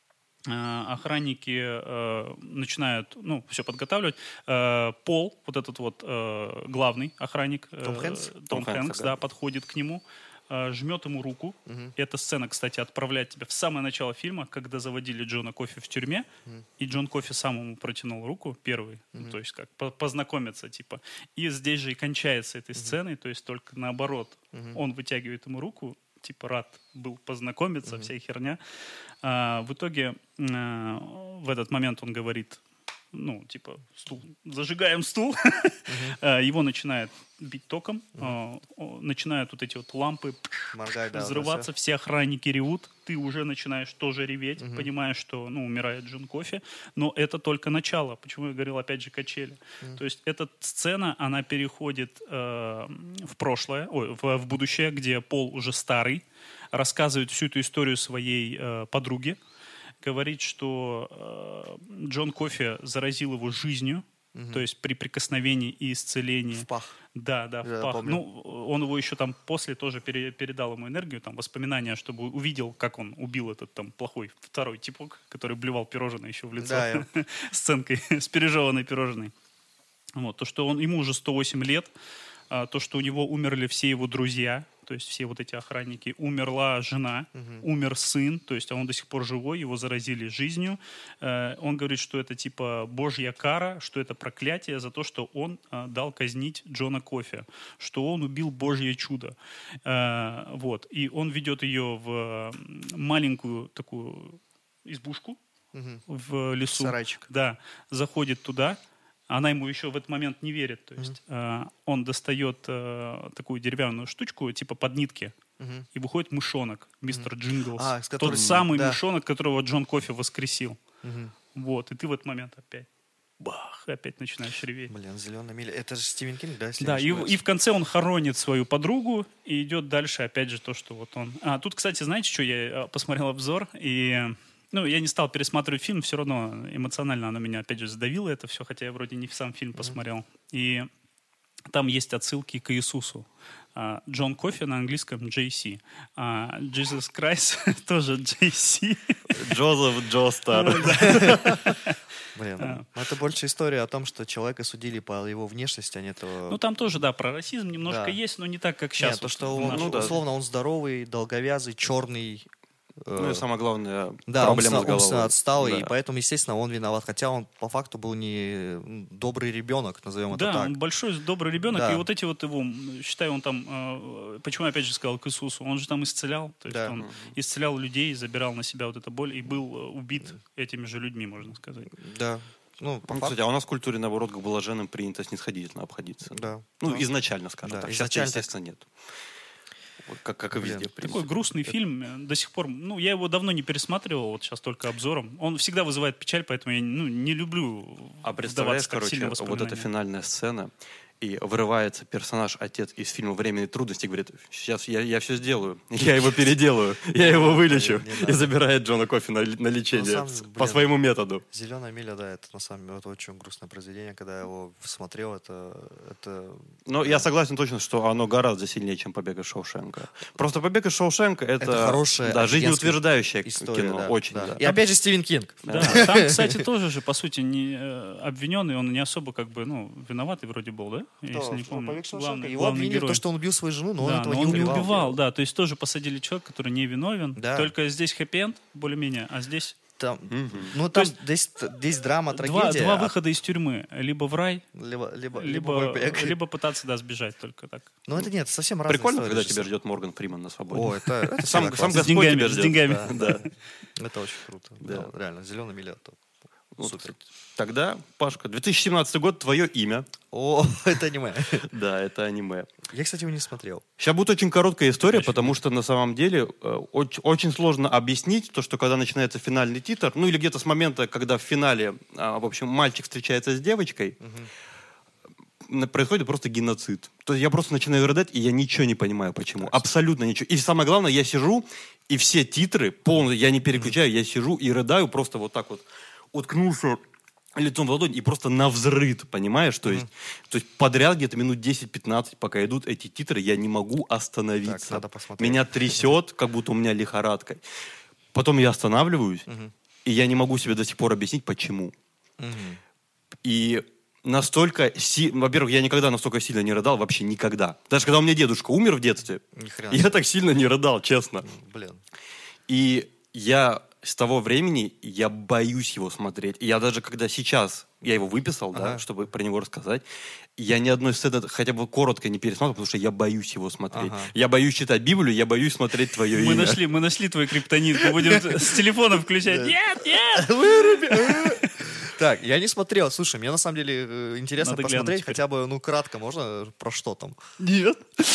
э, Охранники э, начинают, ну, все подготавливать. Э, Пол, вот этот вот э, главный охранник, э, Том Хэнкс? Том Том Хэнкс, Хэнкс, да. да, подходит к нему, э, жмет ему руку. Эта сцена, кстати, отправляет тебя в самое начало фильма, когда заводили Джона Кофи в тюрьме, и Джон Кофи сам ему протянул руку первый, ну, то есть как по- познакомиться, типа. И здесь же и кончается этой сценой, то есть только наоборот. Он вытягивает ему руку, типа рад был познакомиться, вся херня. А, в итоге э, в этот момент он говорит, ну, типа, стул, зажигаем стул. Э, Его начинает бить током, э, о, начинают вот эти вот лампы Моргай, да, взрываться, все охранники ревут, ты уже начинаешь тоже реветь, понимаешь, что, ну, умирает Джон Кофи, но это только начало. Почему я говорил, опять же, качели. То есть эта сцена, она переходит э, в прошлое, ой, в, в будущее, где Пол уже старый, рассказывает всю эту историю своей э, подруге, говорит, что э, Джон Кофи заразил его жизнью, то есть при прикосновении и исцелении. В пах. Да, да, в Я пах. помню. Ну, он его еще там после тоже пере- передал ему энергию, там, воспоминания, чтобы увидел, как он убил этот там плохой второй типок, который блевал пирожное еще в лицо. Да, я- Сценкой с пережеванной пирожной. Вот, то, что он, ему уже сто восемь лет, а, то, что у него умерли все его друзья, то есть все вот эти охранники, умерла жена, умер сын, то есть он до сих пор живой, его заразили жизнью. Э, Он говорит, что это типа божья кара, что это проклятие за то, что он э, дал казнить Джона Кофи, что он убил божье чудо. Э, Вот. И он ведет ее в маленькую такую избушку в лесу. Сарайчик. Да, заходит туда. Она ему еще в этот момент не верит. То есть э, он достает э, такую деревянную штучку, типа под нитки, и выходит мышонок, мистер Джинглс. А, с которым- Тот самый да. мышонок, которого Джон Кофи воскресил. Вот, и ты в этот момент опять бах, и опять начинаешь реветь. Блин, «Зеленая миля». Это же Стивен Кинг, да? если Да, не и, в- ошибаюсь? и в конце он хоронит свою подругу и идет дальше, опять же, то, что вот он... А, тут, кстати, знаете, что я э, посмотрел обзор, и... Ну, я не стал пересматривать фильм, все равно эмоционально оно меня, опять же, задавило это все, хотя я вроде не сам фильм посмотрел. И там есть отсылки к Иисусу. А, Джон Кофи на английском джей си. А Jesus Christ тоже джей си. Джозеф Джостар. Блин, А. ну это больше история о том, что человека судили по его внешности, а не то... Ну, там тоже, да, про расизм немножко Да. есть, но не так, как Нет, сейчас. то, что он, Ну да. условно, он здоровый, долговязый, черный. Ну и самое главное, Да, проблема он с головой. умственно отстал, и Да. поэтому, естественно, он виноват. Хотя он по факту был не м, добрый ребенок, назовем это Да, так. он большой, добрый ребенок, Да. и вот эти вот его, м, считаю, он там, э, почему я опять же сказал к Иисусу, он же там исцелял, то есть Да. он исцелял людей, забирал на себя вот эту боль и был э, убит этими же людьми, можно сказать. Да. Ну, по Ну, факту, кстати, а у нас в культуре, наоборот, к блаженным принято снисходительно обходиться. да. Ну, Ну, изначально, скажем да, так. изначально Сейчас, естественно, нет. Вот как, как и Блин, везде, в Такой принципе. грустный фильм, э, до сих пор, ну, я его давно не пересматривал, вот сейчас только обзором. Он всегда вызывает печаль, поэтому я ну, не люблю А вдаваться представляешь, так сильно короче, в вот эта воспоминания. финальная сцена, и вырывается персонаж, отец из фильма «Временные трудности», и говорит, сейчас я, я все сделаю, я его переделаю, я его вылечу, и забирает Джона Кофи на, на лечение Ну, сам, по блин, своему методу. «Зеленая миля», да, это на самом деле это очень грустное произведение. Когда я его смотрел, это... это... Но я согласен точно, что оно гораздо сильнее, чем «Побег из Шоушенка». Просто «Побег из Шоушенка» — это, Это хорошая, да, офигенская жизнеутверждающее история, кино, да, очень, да. да. И опять же Стивен Кинг. Да, там, кстати, тоже же, по сути, не э, обвиненный, он не особо как бы, ну, виноватый вроде был, да? Если не помню. «Побег из Шоушенка». Главный, Его главный обвинили в герой. том, что он убил свою жену, но он Да, этого но не он не убивал. убивал, да, то есть тоже посадили человека, который не виновен, Да. только здесь хэппи-энд, более-менее, а здесь Там, Мгм. ну, там здесь, здесь драма, два, трагедия. два а- выхода из тюрьмы, либо в рай, Либо, либо, либо, либо, побег. либо пытаться, да, сбежать только так. Ну, это нет, совсем разные Прикольно, истории, когда режиссер. тебя ждет Морган Фриман на свободе. О, это, это Сам, всегда сам классно. С Господь деньгами, тебя с ждет. деньгами. Да. Это очень круто. Да. Да, реально, «Зеленая миля» — это Вот, супер. Тогда, Пашка, две тысячи семнадцатый год, твое имя. О, это аниме. Да, это аниме. Я, кстати, его не смотрел. Сейчас будет очень короткая история, Очень потому что на самом деле э, очень, очень сложно объяснить то, что когда начинается финальный титр, ну или где-то с момента, когда в финале, а, в общем, мальчик встречается с девочкой, на- происходит просто геноцид. То есть я просто начинаю рыдать, и я ничего не понимаю, почему. Абсолютно ничего. И самое главное, я сижу, и все титры полностью, я не переключаю, я сижу и рыдаю просто вот так вот, уткнулся лицом в ладонь и просто навзрыд, понимаешь? То есть, то есть подряд где-то минут десять-пятнадцать, пока идут эти титры, я не могу остановиться. Так, надо посмотреть. Меня трясет, как будто у меня лихорадка. Потом я останавливаюсь, и я не могу себе до сих пор объяснить, почему. Мгм. И настолько... Си... Во-первых, я никогда настолько сильно не рыдал, вообще никогда. Даже когда у меня дедушка умер в детстве, Ни хрена я себе. так сильно не рыдал, честно. Блин. И я с того времени, я боюсь его смотреть. И я даже когда сейчас, я его выписал, да, Ага. чтобы про него рассказать, я ни одной сцены хотя бы коротко не пересматривал, потому что я боюсь его смотреть. Ага. Я боюсь читать Библию, я боюсь смотреть твое Мы имя. нашли, мы нашли твой криптонит, мы будем с телефона включать. Нет, нет! Так, я не смотрел. Слушай, мне на самом деле э, интересно Надо глянуть посмотреть, теперь. хотя бы, ну, кратко, можно про что там? Нет.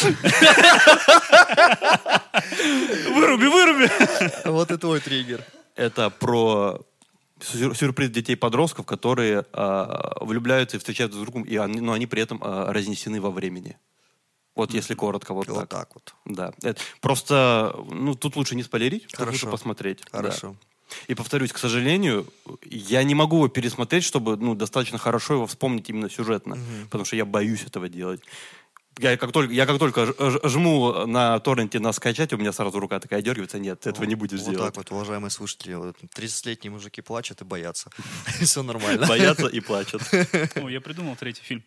Выруби, выруби! Вот и твой триггер. Это про сюр- сюрприз детей-подростков, которые а, влюбляются и встречаются друг с другом, и они, но они при этом а, разнесены во времени. Вот если коротко, вот, Вот так. так вот. Да. Это просто, ну, тут лучше не спойлерить, тут Хорошо. лучше посмотреть. Да. Хорошо. И повторюсь, к сожалению, я не могу его пересмотреть, чтобы, ну, достаточно хорошо его вспомнить именно сюжетно, потому что я боюсь этого делать. Я как только, я как только ж- ж- жму на торренте на скачать, у меня сразу рука такая дергивается. Нет, ты этого не будешь Вот делать. так вот, уважаемые слушатели. вот тридцатилетние мужики плачут и боятся. Все нормально. Боятся и плачут. О, я придумал третий фильм.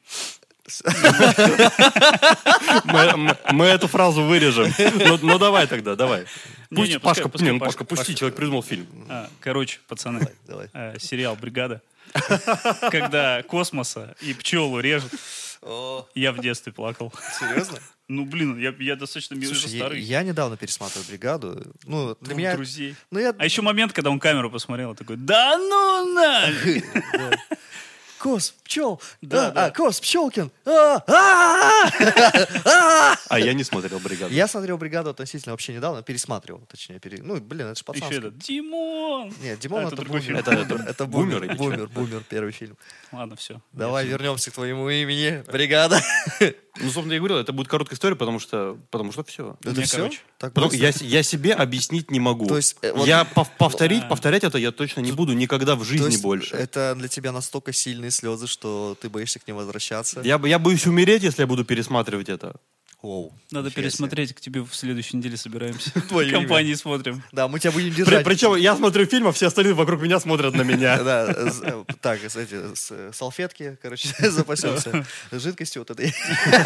Мы, мы- мы эту фразу вырежем. Ну, ну, давай тогда, давай. Не, Пусть не, пускай- Пашка, пускай не, ну, Пашка- Пашка, пусти, человек придумал фильм. А, короче, пацаны, Давай. э, сериал «Бригада», когда космоса и пчелу режут, О, я в детстве плакал. серьезно? Ну, блин, я, я достаточно уже Слушай, я, старый. я недавно пересматривал «Бригаду». Ну, для Двух меня... друзей. Ну, я... А еще момент, когда он камеру посмотрел, и такой, да ну на! Кос, пчел. Да, а, да. а, Кос, Пчелкин. А, а, а. А я не смотрел «Бригаду». Я смотрел «Бригаду» относительно вообще недавно, пересматривал, точнее. пере- Ну, блин, это же Еще пацанский. этот, Димон! Нет, Димон А, это, это другой бумер. фильм. Это- это это бумер бумер, или бумер, бумер, первый фильм. Ладно, все. Давай вернемся к твоему имени, «Бригада». Ну, собственно, я говорил, это будет короткая история, потому что, потому что все. У меня, всё? короче. Так Потому- быстро? я, с- я себе объяснить не могу. То есть, э, вот- я пов- повторить, А. повторять это я точно не буду никогда в То жизни есть больше. это для тебя настолько сильные слезы, что ты боишься к ним возвращаться? Я, бо- я боюсь умереть, если я буду пересматривать это. Оу, Надо нифига пересмотреть, к тебе в следующей неделе собираемся. Твое имя. Компании смотрим. себе. Да, мы тебя будем При- держать. причем я смотрю фильм, а все остальные вокруг меня смотрят на меня. Да, с- э, так, с эти с, э, салфетки, короче, запасемся жидкостью вот этой.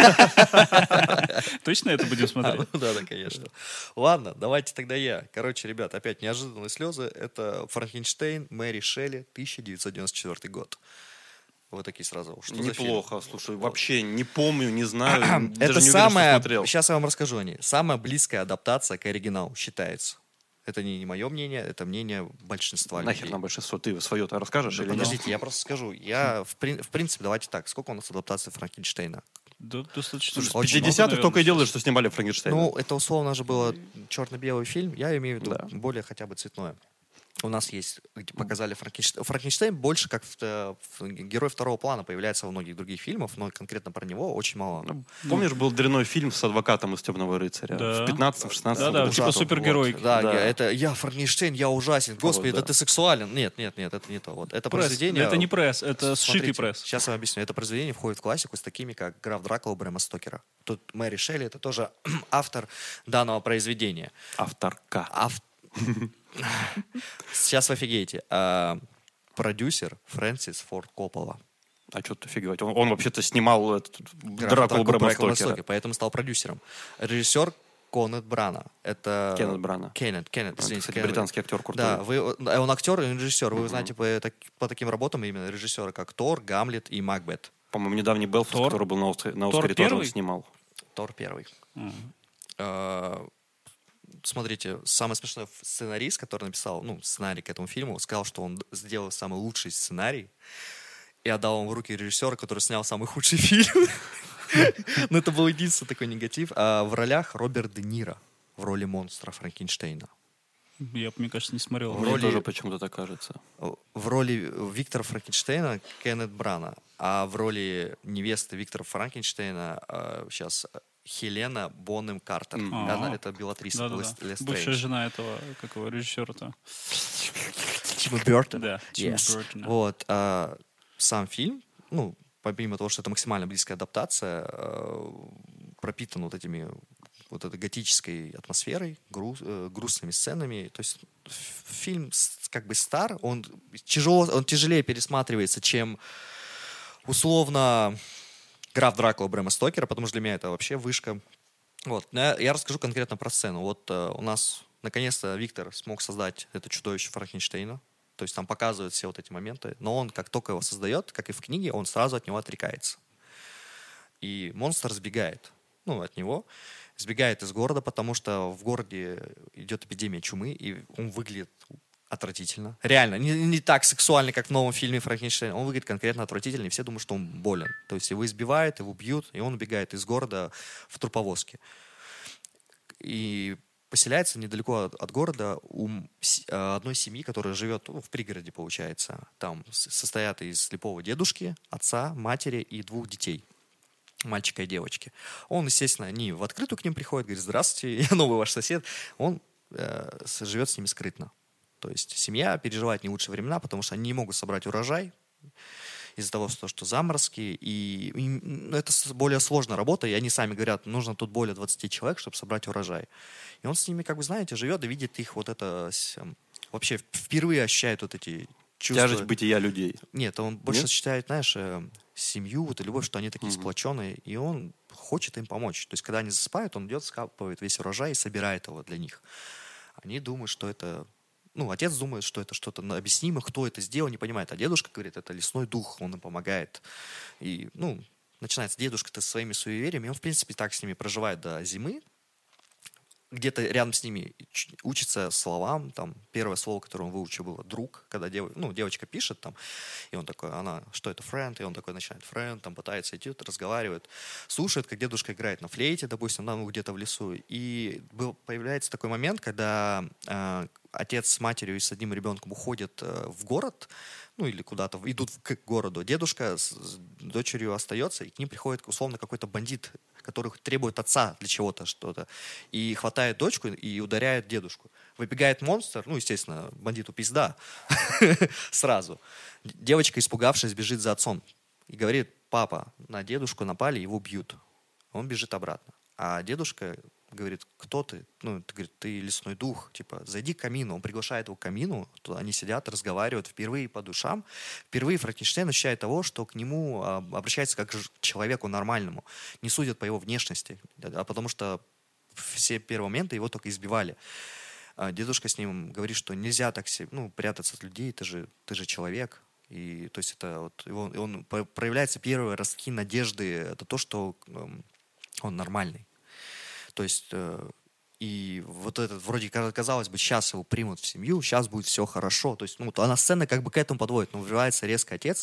Точно это будем смотреть? Ну да, да, конечно. Ладно, давайте тогда я. Короче, ребят, опять неожиданные слезы. Это «Франкенштейн» Мэри Шелли, тысяча девятьсот девяносто четвёртый год. Вот такие сразу. Что за фильм? Неплохо, слушай, вообще не помню, не знаю, даже Это не уверен, что самая, смотрел. сейчас я вам расскажу о ней, самая близкая адаптация к оригиналу считается. Это не, не мое мнение, это мнение большинства Нахер людей. нам большинство, ты свое-то расскажешь Да или нет? подождите, я просто скажу. Я, в, прин- в принципе, давайте так. Сколько у нас адаптаций Франкенштейна? Да, достаточно. Слушай, в Очень пятидесятых много, только и наверное, делали, что снимали Франкенштейна. Ну, это условно же было черно-белый фильм. Я имею в виду Да. более хотя бы цветное. У нас есть, где показали Франкенштейн. Франкенштейн больше как в, э, в- герой второго плана появляется во многих других фильмах, но конкретно про него очень мало. Ну, помнишь, был дрянной фильм с адвокатом из «Темного рыцаря»? Да. В пятнадцатом-шестнадцатом Да-да, году. типа Ужасно. супергерой. Вот. Да, Да. я- это я Франкенштейн, я ужасен. Господи, Вот, да да. ты сексуален. Нет, нет, нет, это не то. Вот. Это Пресс. произведение... Это не пресс, это сшитый пресс. Сейчас я вам объясню. Это произведение входит в классику с такими, как «Граф Дракула» Брэма Стокера. Тут Мэри Шелли, это тоже автор данного произведения. Авторка. Ав- Сейчас вы офигеете. А, Продюсер Фрэнсис Форд Коппола. А что ты офигевать? Он, он вообще-то снимал этот, Граф Дракулу Брэма Брэма Стокера. Стокера, поэтому стал продюсером. Режиссер Коннет Брана. Это... Кеннет Брана. Кеннет, Кеннет, Это, извините, кстати, Кеннет. британский актер крутой. Да, вы, да, он актер и режиссер. Вы знаете по, так- по таким работам именно режиссеры, как Тор, Гамлет и Макбет. По-моему, недавний Белфаст, Тор? который был на, Оскаре, на Тор Оскаре, тоже он первый? снимал. Тор первый. Мгм. А, Смотрите, самый смешной ф- сценарист, который написал ну, сценарий к этому фильму, сказал, что он д- сделал самый лучший сценарий и отдал его в руки режиссера, который снял самый худший фильм. Но это был единственный такой негатив. А в ролях Роберт Де Ниро в роли монстра Франкенштейна. Я, мне кажется, не смотрел. В Мне роли- тоже почему-то так кажется. В роли Виктора Франкенштейна Кеннет Брана, а в роли невесты Виктора Франкенштейна сейчас Хелена Бонем Картер. Мгм. Она- А. это Белатриса Да-да-да. Лес- Лестрейндж. Бывшая жена этого, как его, режиссера-то. Тима Бёртона. Да, Тима Yes. Бёртона. Вот. а, сам фильм, ну, помимо того, что это максимально близкая адаптация, э, пропитан вот этими вот этой готической атмосферой, гру- э, грустными сценами. То есть ф- фильм с- как бы стар, он тяжело, он тяжелее пересматривается, чем условно «Граф Дракула» Брэма Стокера, потому что для меня это вообще вышка. Вот. Но я, я расскажу конкретно про сцену. Вот э, у нас наконец-то Виктор смог создать это чудовище Франкенштейна. То есть там показывают все вот эти моменты. Но он, как только его создает, как и в книге, он сразу от него отрекается. И монстр сбегает, ну, от него. Сбегает из города, потому что в городе идет эпидемия чумы, и он выглядит отвратительно. Реально, не, не так сексуально, как в новом фильме Франкенштейн. Он выглядит конкретно отвратительно, и все думают, что он болен. То есть его избивают, его бьют, и он убегает из города в труповозке. И поселяется недалеко от, от города у м- с- э, одной семьи, которая живет ну, в пригороде, получается. Там с- состоят из слепого дедушки, отца, матери и двух детей. Мальчика и девочки. Он, естественно, не в открытую к ним приходит, говорит: здравствуйте, я новый ваш сосед. Он э, с- живет с ними скрытно. То есть семья переживает не лучшие времена, потому что они не могут собрать урожай из-за того, что, что заморозки. И, и, ну, это с- более сложная работа, и они сами говорят, нужно тут более двадцати человек, чтобы собрать урожай. И он с ними, как бы, знаете, живет и видит их вот это... с- эм, Вообще впервые ощущает вот эти чувства. Тяжесть бытия людей. Нет, он больше Нет? считает, знаешь, э, семью, вот, и любовь, что они такие Мгм. сплоченные, и он хочет им помочь. То есть, когда они засыпают, он идет, скапывает весь урожай и собирает его для них. Они думают, что это... Ну, отец думает, что это что-то объяснимо, кто это сделал, не понимает. А дедушка говорит, это лесной дух, он им помогает. И, ну, начинается дедушка-то со своими суевериями, и он, в принципе, так с ними проживает до зимы. Где-то рядом с ними ч- учится словам. Там, первое слово, которое он выучил, было «друг». Когда дев... ну, девочка пишет, там, и он такой, она, что это, friend? И он такой начинает friend, там, пытается идти, разговаривает. Слушает, как дедушка играет на флейте, допустим, да, ну, где-то в лесу. И был, появляется такой момент, когда э, отец с матерью и с одним ребенком уходят э, в город, ну, или куда-то, идут к городу. Дедушка с, с дочерью остается, и к ним приходит, условно, какой-то бандит, который требует отца для чего-то, что-то, и хватает дочку и ударяет дедушку. Выбегает монстр, ну, естественно, бандиту пизда сразу. Девочка, испугавшись, бежит за отцом и говорит: папа, на дедушку напали, его бьют. Он бежит обратно. А дедушка говорит: кто ты? Ну, ты, говорит, ты лесной дух, типа, зайди к камину. Он приглашает его к камину, туда они сидят, разговаривают впервые по душам. Впервые Франкенштейн ощущает того, что к нему а, обращается как к человеку нормальному. Не судят по его внешности, а потому что все первые моменты его только избивали. А дедушка с ним говорит, что нельзя так се- ну, прятаться от людей, ты же, ты же человек. И то есть это вот его, и он по- проявляется первые ростки надежды, это то, что эм, он нормальный. То есть э, и вот этот, вроде ка- казалось бы, сейчас его примут в семью, сейчас будет все хорошо. То есть, ну, вот она сцена как бы к этому подводит, но врывается резко отец,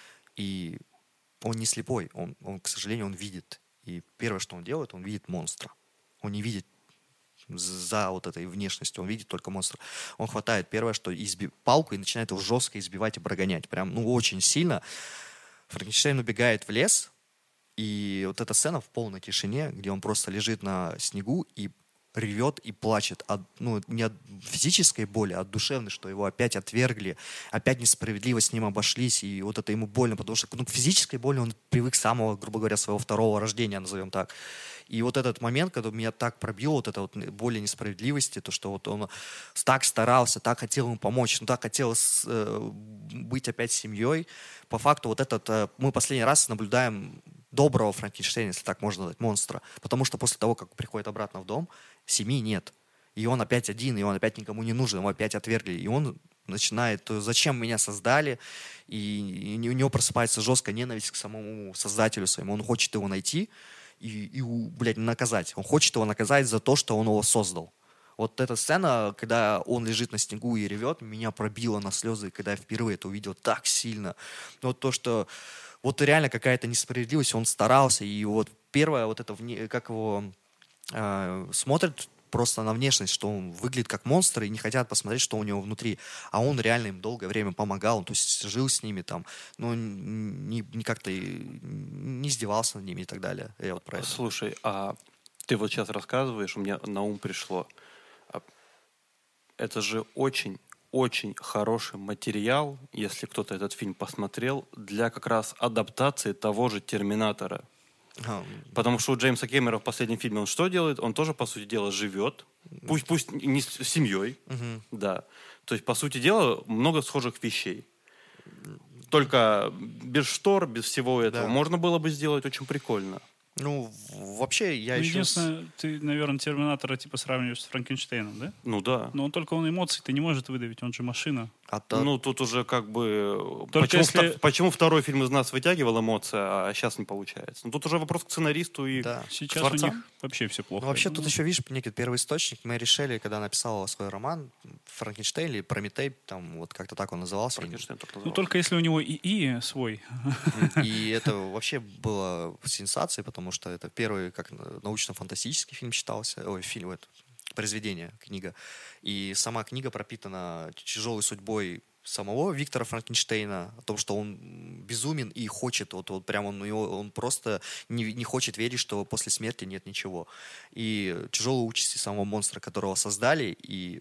и он не слепой, он, он, к сожалению, он видит. И первое, что он делает, он видит монстра. Он не видит за вот этой внешностью, он видит только монстра. Он хватает первое, что изби... палку и начинает его жестко избивать и прогонять. Прям, ну, очень сильно. Франкенштейн убегает в лес, и вот эта сцена в полной тишине, где он просто лежит на снегу и ревет и плачет. От, ну, не от физической боли, а от душевной, что его опять отвергли, опять несправедливо с ним обошлись, и вот это ему больно, потому что ну, к физической боли он привык с самого, грубо говоря, своего второго рождения, назовем так. И вот этот момент, когда меня так пробило, вот эта вот боль и несправедливости, то, что вот он так старался, так хотел ему помочь, ну, так хотел э, быть опять семьей. По факту вот этот, э, мы последний раз наблюдаем доброго Франкенштейна, если так можно назвать, монстра. Потому что после того, как приходит обратно в дом, семьи нет. И он опять один, и он опять никому не нужен, его опять отвергли. И он начинает, зачем меня создали, и, и у него просыпается жесткая ненависть к самому создателю своему. Он хочет его найти и, и блядь, наказать. Он хочет его наказать за то, что он его создал. Вот эта сцена, когда он лежит на снегу и ревет, меня пробило на слезы, когда я впервые это увидел так сильно. Вот то, что вот реально какая-то несправедливость, он старался, и вот первое, вот это, как его э, смотрят просто на внешность, что он выглядит как монстр, и не хотят посмотреть, что у него внутри. А он реально им долгое время помогал, то есть жил с ними там, ну, не, не как-то не издевался над ними и так далее. Я вот про это. Слушай, а ты вот сейчас рассказываешь, у меня на ум пришло. Это же очень очень хороший материал, если кто-то этот фильм посмотрел, для как раз адаптации того же «Терминатора». А. Потому что у Джеймса Кэмерона в последнем фильме он что делает? Он тоже, по сути дела, живет. Пусть, пусть не с семьей, угу. да. То есть, по сути дела, много схожих вещей. Только без штор, без всего этого. Да. Можно было бы сделать очень прикольно. Ну, вообще, я ну, еще... Единственное, с... ты, наверное, Терминатора типа сравниваешь с Франкенштейном, да? Ну да. Но он только он эмоций-то не может выдавить, он же машина. А то... Ну, тут уже как бы... Только Почему, если... втор... Почему второй фильм из нас вытягивал эмоции, а сейчас не получается? Ну, тут уже вопрос к сценаристу и да. к Сейчас творцам. у них вообще все плохо. Ну, вообще, ну, тут еще, видишь, некий первый источник. Мы решили, когда написала свой роман, Франкенштейн или Прометей, там вот как-то так он назывался. Франкенштейн так ну, назывался. только если у него ИИ свой. И это вообще было сенсацией, потому что это первый как научно-фантастический фильм считался. Ой, фильм, это, произведение, книга. И сама книга пропитана тяжелой судьбой самого Виктора Франкенштейна, о том, что он безумен и хочет, вот, вот прям он, он просто не, не хочет верить, что после смерти нет ничего. И тяжелой участи самого монстра, которого создали, и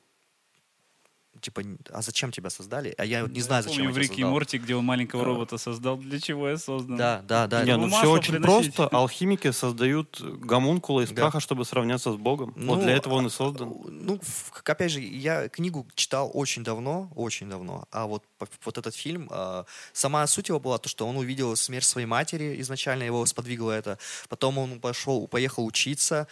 типа, а зачем тебя создали? А я вот не Да, знаю, я зачем помню я в тебя Рике и создал. Морти, где он маленького Да. робота создал. Для чего я создан? Да, да, да. Не, ну Ему все масло очень приносить. просто. Алхимики создают гомункула из Да. праха, чтобы сравняться с Богом. Ну, вот для этого он и создан. Ну, в- опять же, я книгу читал очень давно, очень давно, а вот, по- вот этот фильм, а, сама суть его была то, что он увидел смерть своей матери, изначально его сподвигло это, потом он пошел, поехал учиться,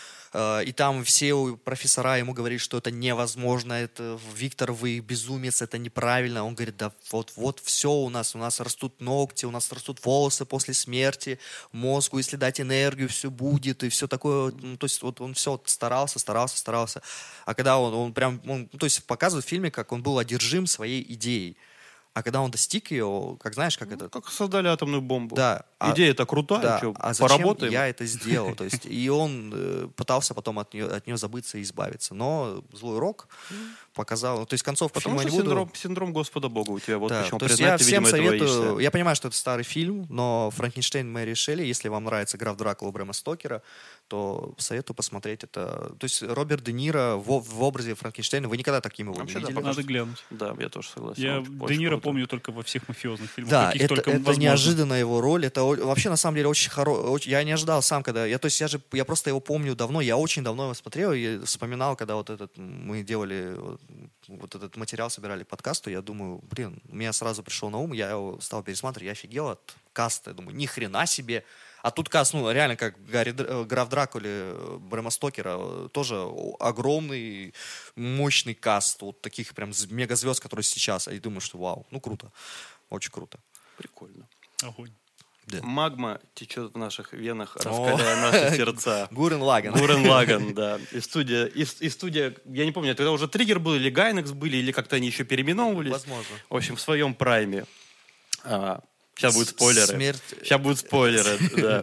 а, и там все профессора ему говорили, что это невозможно, это Виктор, вы безумец, это неправильно. Он говорит, да вот, вот все у нас, у нас растут ногти, у нас растут волосы после смерти, мозгу, если дать энергию, все будет, и все такое. Ну, то есть вот он все старался, старался, старался. А когда он, он прям, он, то есть показывает в фильме, как он был одержим своей идеей. А когда он достиг ее, как знаешь, как это... Как создали атомную бомбу. Да. а- Идея-то крутая, да, что, а зачем поработаем. я это сделал? То есть, и он э, пытался потом от нее, от нее забыться и избавиться. Но злой рок показал... То есть концовку Потому фильма что я не буду... синдром, синдром Господа Бога у тебя. Вот Да, почему то есть я признать ты, всем видимо, этого советую... боишься. Я понимаю, что это старый фильм, но «Франкенштейн» мы решили. Если вам нравится «Граф Дракула» Брэма Стокера, то советую посмотреть это. То есть Роберт Де Ниро в, в образе Франкенштейна, вы никогда таким его Вообще, не да, видели? пока Надо что- глянуть. Да, я тоже согласен. Я Очень- Де очень Ниро круто. помню только во всех мафиозных фильмах, Да, каких это, только это возможно. неожиданная его роль. Это о- вообще, на самом деле, очень хороший. Я не ожидал сам, когда... Я, то есть я же я просто его помню давно. Я очень давно его смотрел и вспоминал, когда вот этот мы делали вот, вот этот материал, собирали к подкасту. Я думаю, блин, у меня сразу пришел на ум, я его стал пересматривать, я офигел от каста. Я думаю, ни хрена себе. А тут каст, ну, реально, как Гарри, Др- граф Дракули Брэма Стокера, э, тоже огромный, мощный каст, вот таких прям з- мегазвезд, которые сейчас. И думаю, что вау, ну круто, очень круто. Прикольно. Огонь. Да. Магма течет в наших венах, раскаляя наши сердца. Гурен Лаган. Гурен Лаган, да. И студия, и, и студия, я не помню, тогда уже Триггер был, или Гайнекс были, или как-то они еще переименовывались. Возможно. В общем, в своем прайме. А, сейчас будут С- спойлеры. Смерть. Сейчас будут спойлеры, да.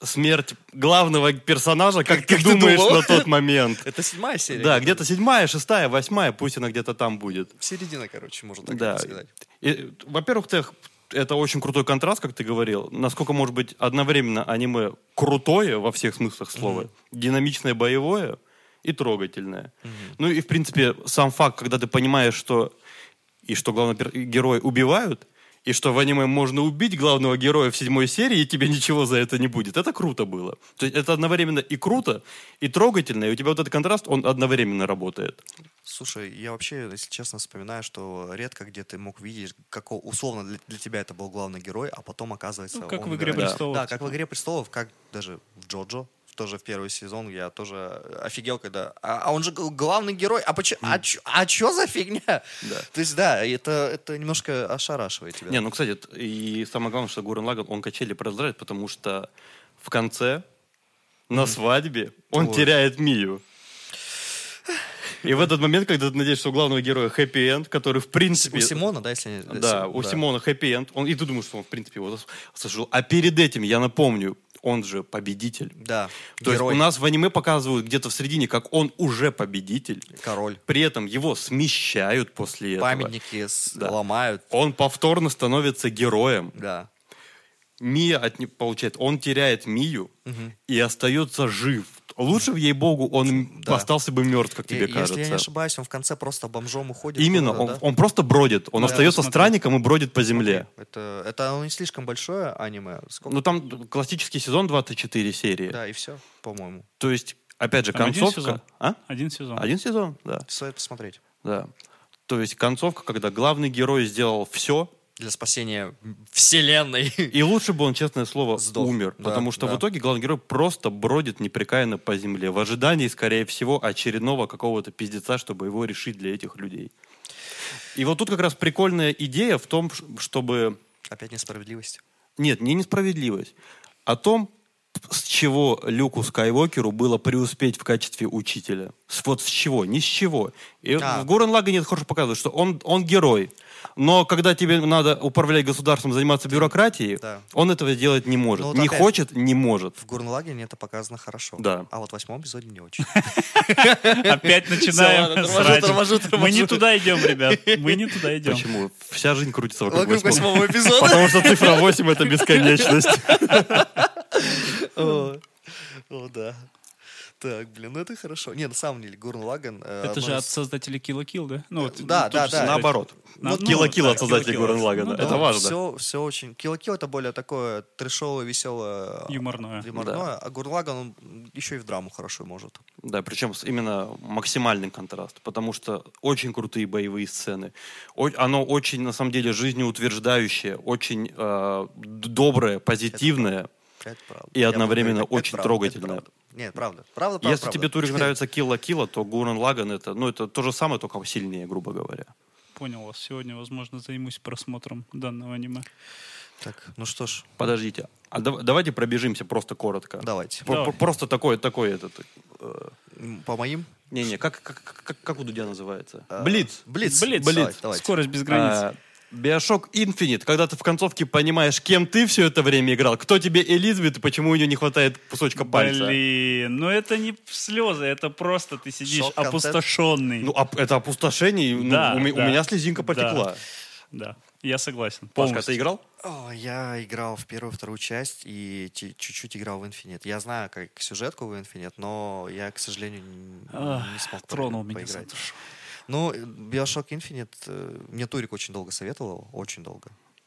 смерть главного персонажа, как, Как- ты как ты думаешь думал? на тот момент. Это седьмая серия? Да, где-то седьмая, шестая, восьмая, пусть она где-то там будет. Середина, короче, можно так Да. это сказать. И, во-первых, ты- это очень крутой контраст, как ты говорил. Насколько может быть одновременно аниме крутое во всех смыслах слова, динамичное, боевое и трогательное. Ну и, в принципе, сам факт, когда ты понимаешь, что и что главного пер- героя убивают, и что в аниме можно убить главного героя в седьмой серии, и тебе ничего за это не будет. Это круто было. То есть это одновременно и круто, и трогательно, и у тебя вот этот контраст, он одновременно работает. Слушай, я вообще, если честно, вспоминаю, что редко где ты мог видеть, какого, условно для, для тебя это был главный герой, а потом оказывается Ну, как он в «Игре играет. престолов», Да, как типа. в «Игре престолов», как даже в «Джоджо». Тоже в первый сезон я тоже офигел, когда... А, а он же г- главный герой, а почему... А, чё- а чё за фигня? Да. То есть, да, это, это немножко ошарашивает тебя. Не, ну, кстати, т- и самое главное, что Гуррен Лаганн, он качели продолжает, потому что в конце, на свадьбе, он Ой. теряет Мию. И в этот момент, когда ты надеешься, что у главного героя хэппи-энд, который, в принципе... У Симона, да, если... не- Да, Си- у Симона хэппи-энд. Он, и ты думаешь, что он, в принципе, его зас- заслужил. А перед этим, я напомню, он же победитель. Да, То есть герой, у нас в аниме показывают где-то в середине, как он уже победитель. король. При этом его смещают после этого. Памятники с- Да. ломают. Он повторно становится героем. Да. Мия от не получает, он теряет Мию и остается жив. Лучше, ей-богу, он Да. остался бы мертв, как И- тебе кажется. Если я не ошибаюсь, он в конце просто бомжом уходит. Именно, куда-то, он, да? он просто бродит. Он Да, остается посмотри. странником и бродит по земле. Это, это оно не слишком большое аниме. Сколько? Ну, там классический сезон двадцать четыре серии. Да, и все, по-моему. То есть, опять же, Там один концовка... сезон? А? Один сезон. Один сезон, да. Стоит посмотреть. да. То есть, концовка, когда главный герой сделал все, Для спасения вселенной. и лучше бы он, честное слово, Сдох. умер. Да, потому что да. в итоге главный герой просто бродит непрекаянно по земле, в ожидании, скорее всего, очередного какого-то пиздеца, чтобы его решить для этих людей. И вот тут как раз прикольная идея в том, ш- чтобы... Опять несправедливость. Нет, не несправедливость. О том, с чего Люку Скайуокеру было преуспеть в качестве учителя. С- Вот с чего, ни с чего. И А. в Гуррен Лаганне это хорошо показывает, что он, он герой. Но когда тебе надо управлять государством, заниматься бюрократией, Да. он этого делать не может. Ну вот не опять- хочет, не может. В Гуррен Лагене это показано хорошо. Да. А вот в восьмом эпизоде не очень. Опять начинаем ладно, торможу, срать. торможу, Мы торможу. не туда идем, ребят. Мы не туда идем. Почему? Вся жизнь крутится вокруг Вокруг восьмого. восьмого эпизода. Потому что цифра восемь — это бесконечность. О, о, да. Так, блин, ну это хорошо. Не, на самом деле, Гуррен Лаганн... э, Это одно же из- от создателей Kill Kill, да? Ну, вот, Да, ну, да, тут да. же Наоборот. На- Вот ну, Килла-Килла да, от создателей Kill-Kill. Гуррен Лаганна. Ну, да. Это важно. Все, все очень... Kill Kill это более такое трешовое, веселое... Юморное. Юморное. А Гуррен Лаганн, он еще и в драму хорошо может. Да, причем с- именно максимальный контраст, потому что очень крутые боевые сцены. О- оно очень, на самом деле, жизнеутверждающее, очень э, д- доброе, позитивное. Это правда. И Я одновременно буду говорить, очень это правда, трогательно. это правда. Нет, правда. Правда, правда, Если правда. тебе, Турик, нравится Килла-Килла, то Гуррен Лаганн это, ну, это то же самое, только сильнее, грубо говоря. Понял вас. Сегодня, возможно, займусь просмотром данного аниме. Так, ну что ж, Подождите, а дав- давайте пробежимся просто коротко. давайте. Про- Давай. про- Просто такой, такой этот... э, М, По моим? Не-не, как, как, как, как у Дудя называется? А, Блиц. Блиц. Блиц. Давайте, давайте. Скорость без границ. А, Bioshock Infinite, когда ты в концовке понимаешь, кем ты все это время играл, кто тебе Элизабет и почему у нее не хватает кусочка пальца. Блин, ну это не слезы, это просто ты сидишь Шок-контент. опустошенный. Ну, оп- это опустошение, и, ну, Да, у, ме- у да. меня слезинка Да. потекла. Да, я согласен. Пашка, полностью. ты играл? О, я играл в первую, вторую часть и ти- чуть-чуть играл в Infinite. Я знаю, как сюжетку в Infinite, но я, к сожалению, н- Ах, не смог Тронул по- меня за поиграть. душу. Ну, Bioshock Infinite э, мне Турик очень долго советовал, очень долго.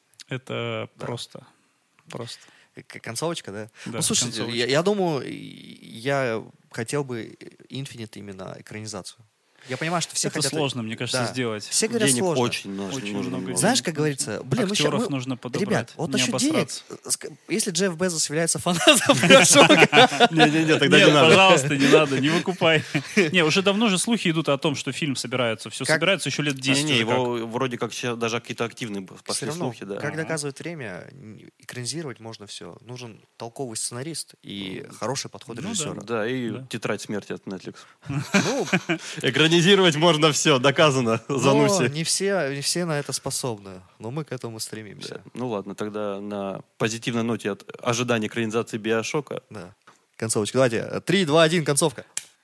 Это просто, просто. К- Концовочка, да? Да, ну, слушайте, концовочка. я, я думаю, и- я хотел бы Infinite именно экранизацию. Я понимаю, что все Это хотят... сложно, мне кажется, Да. сделать. Все говорят, Денег сложно. очень, нужно, Очень нужно много много. Знаешь, как говорится, блин, мы ща- Актеров мы- нужно подобрать, Ребят, вот не насчет денег, обосраться. э, ск- если Джефф Безос является фанатом Bioshock, Не-не-не, тогда Нет, не надо. пожалуйста, не надо, не выкупай. Не, уже давно же слухи идут о том, что фильм собирается. Все Как- собирается еще лет десять. Не-не, уже как. его вроде как сейчас даже какие-то активные все пошли равно, слухи, да. как Ага. доказывает время, н- экранизировать можно все. Нужен толковый сценарист и хороший подход Ну да. режиссера. Да, и Да. тетрадь смерти от Netflix. Ну, Экрани- экранизировать можно все, доказано, Но Зануси. не все, не все на это способны, но мы к этому стремимся. Да. Ну ладно, тогда на позитивной ноте от ожидания экранизации Биошока. Да. Концовочка. Давайте. Три, два, один, концовка.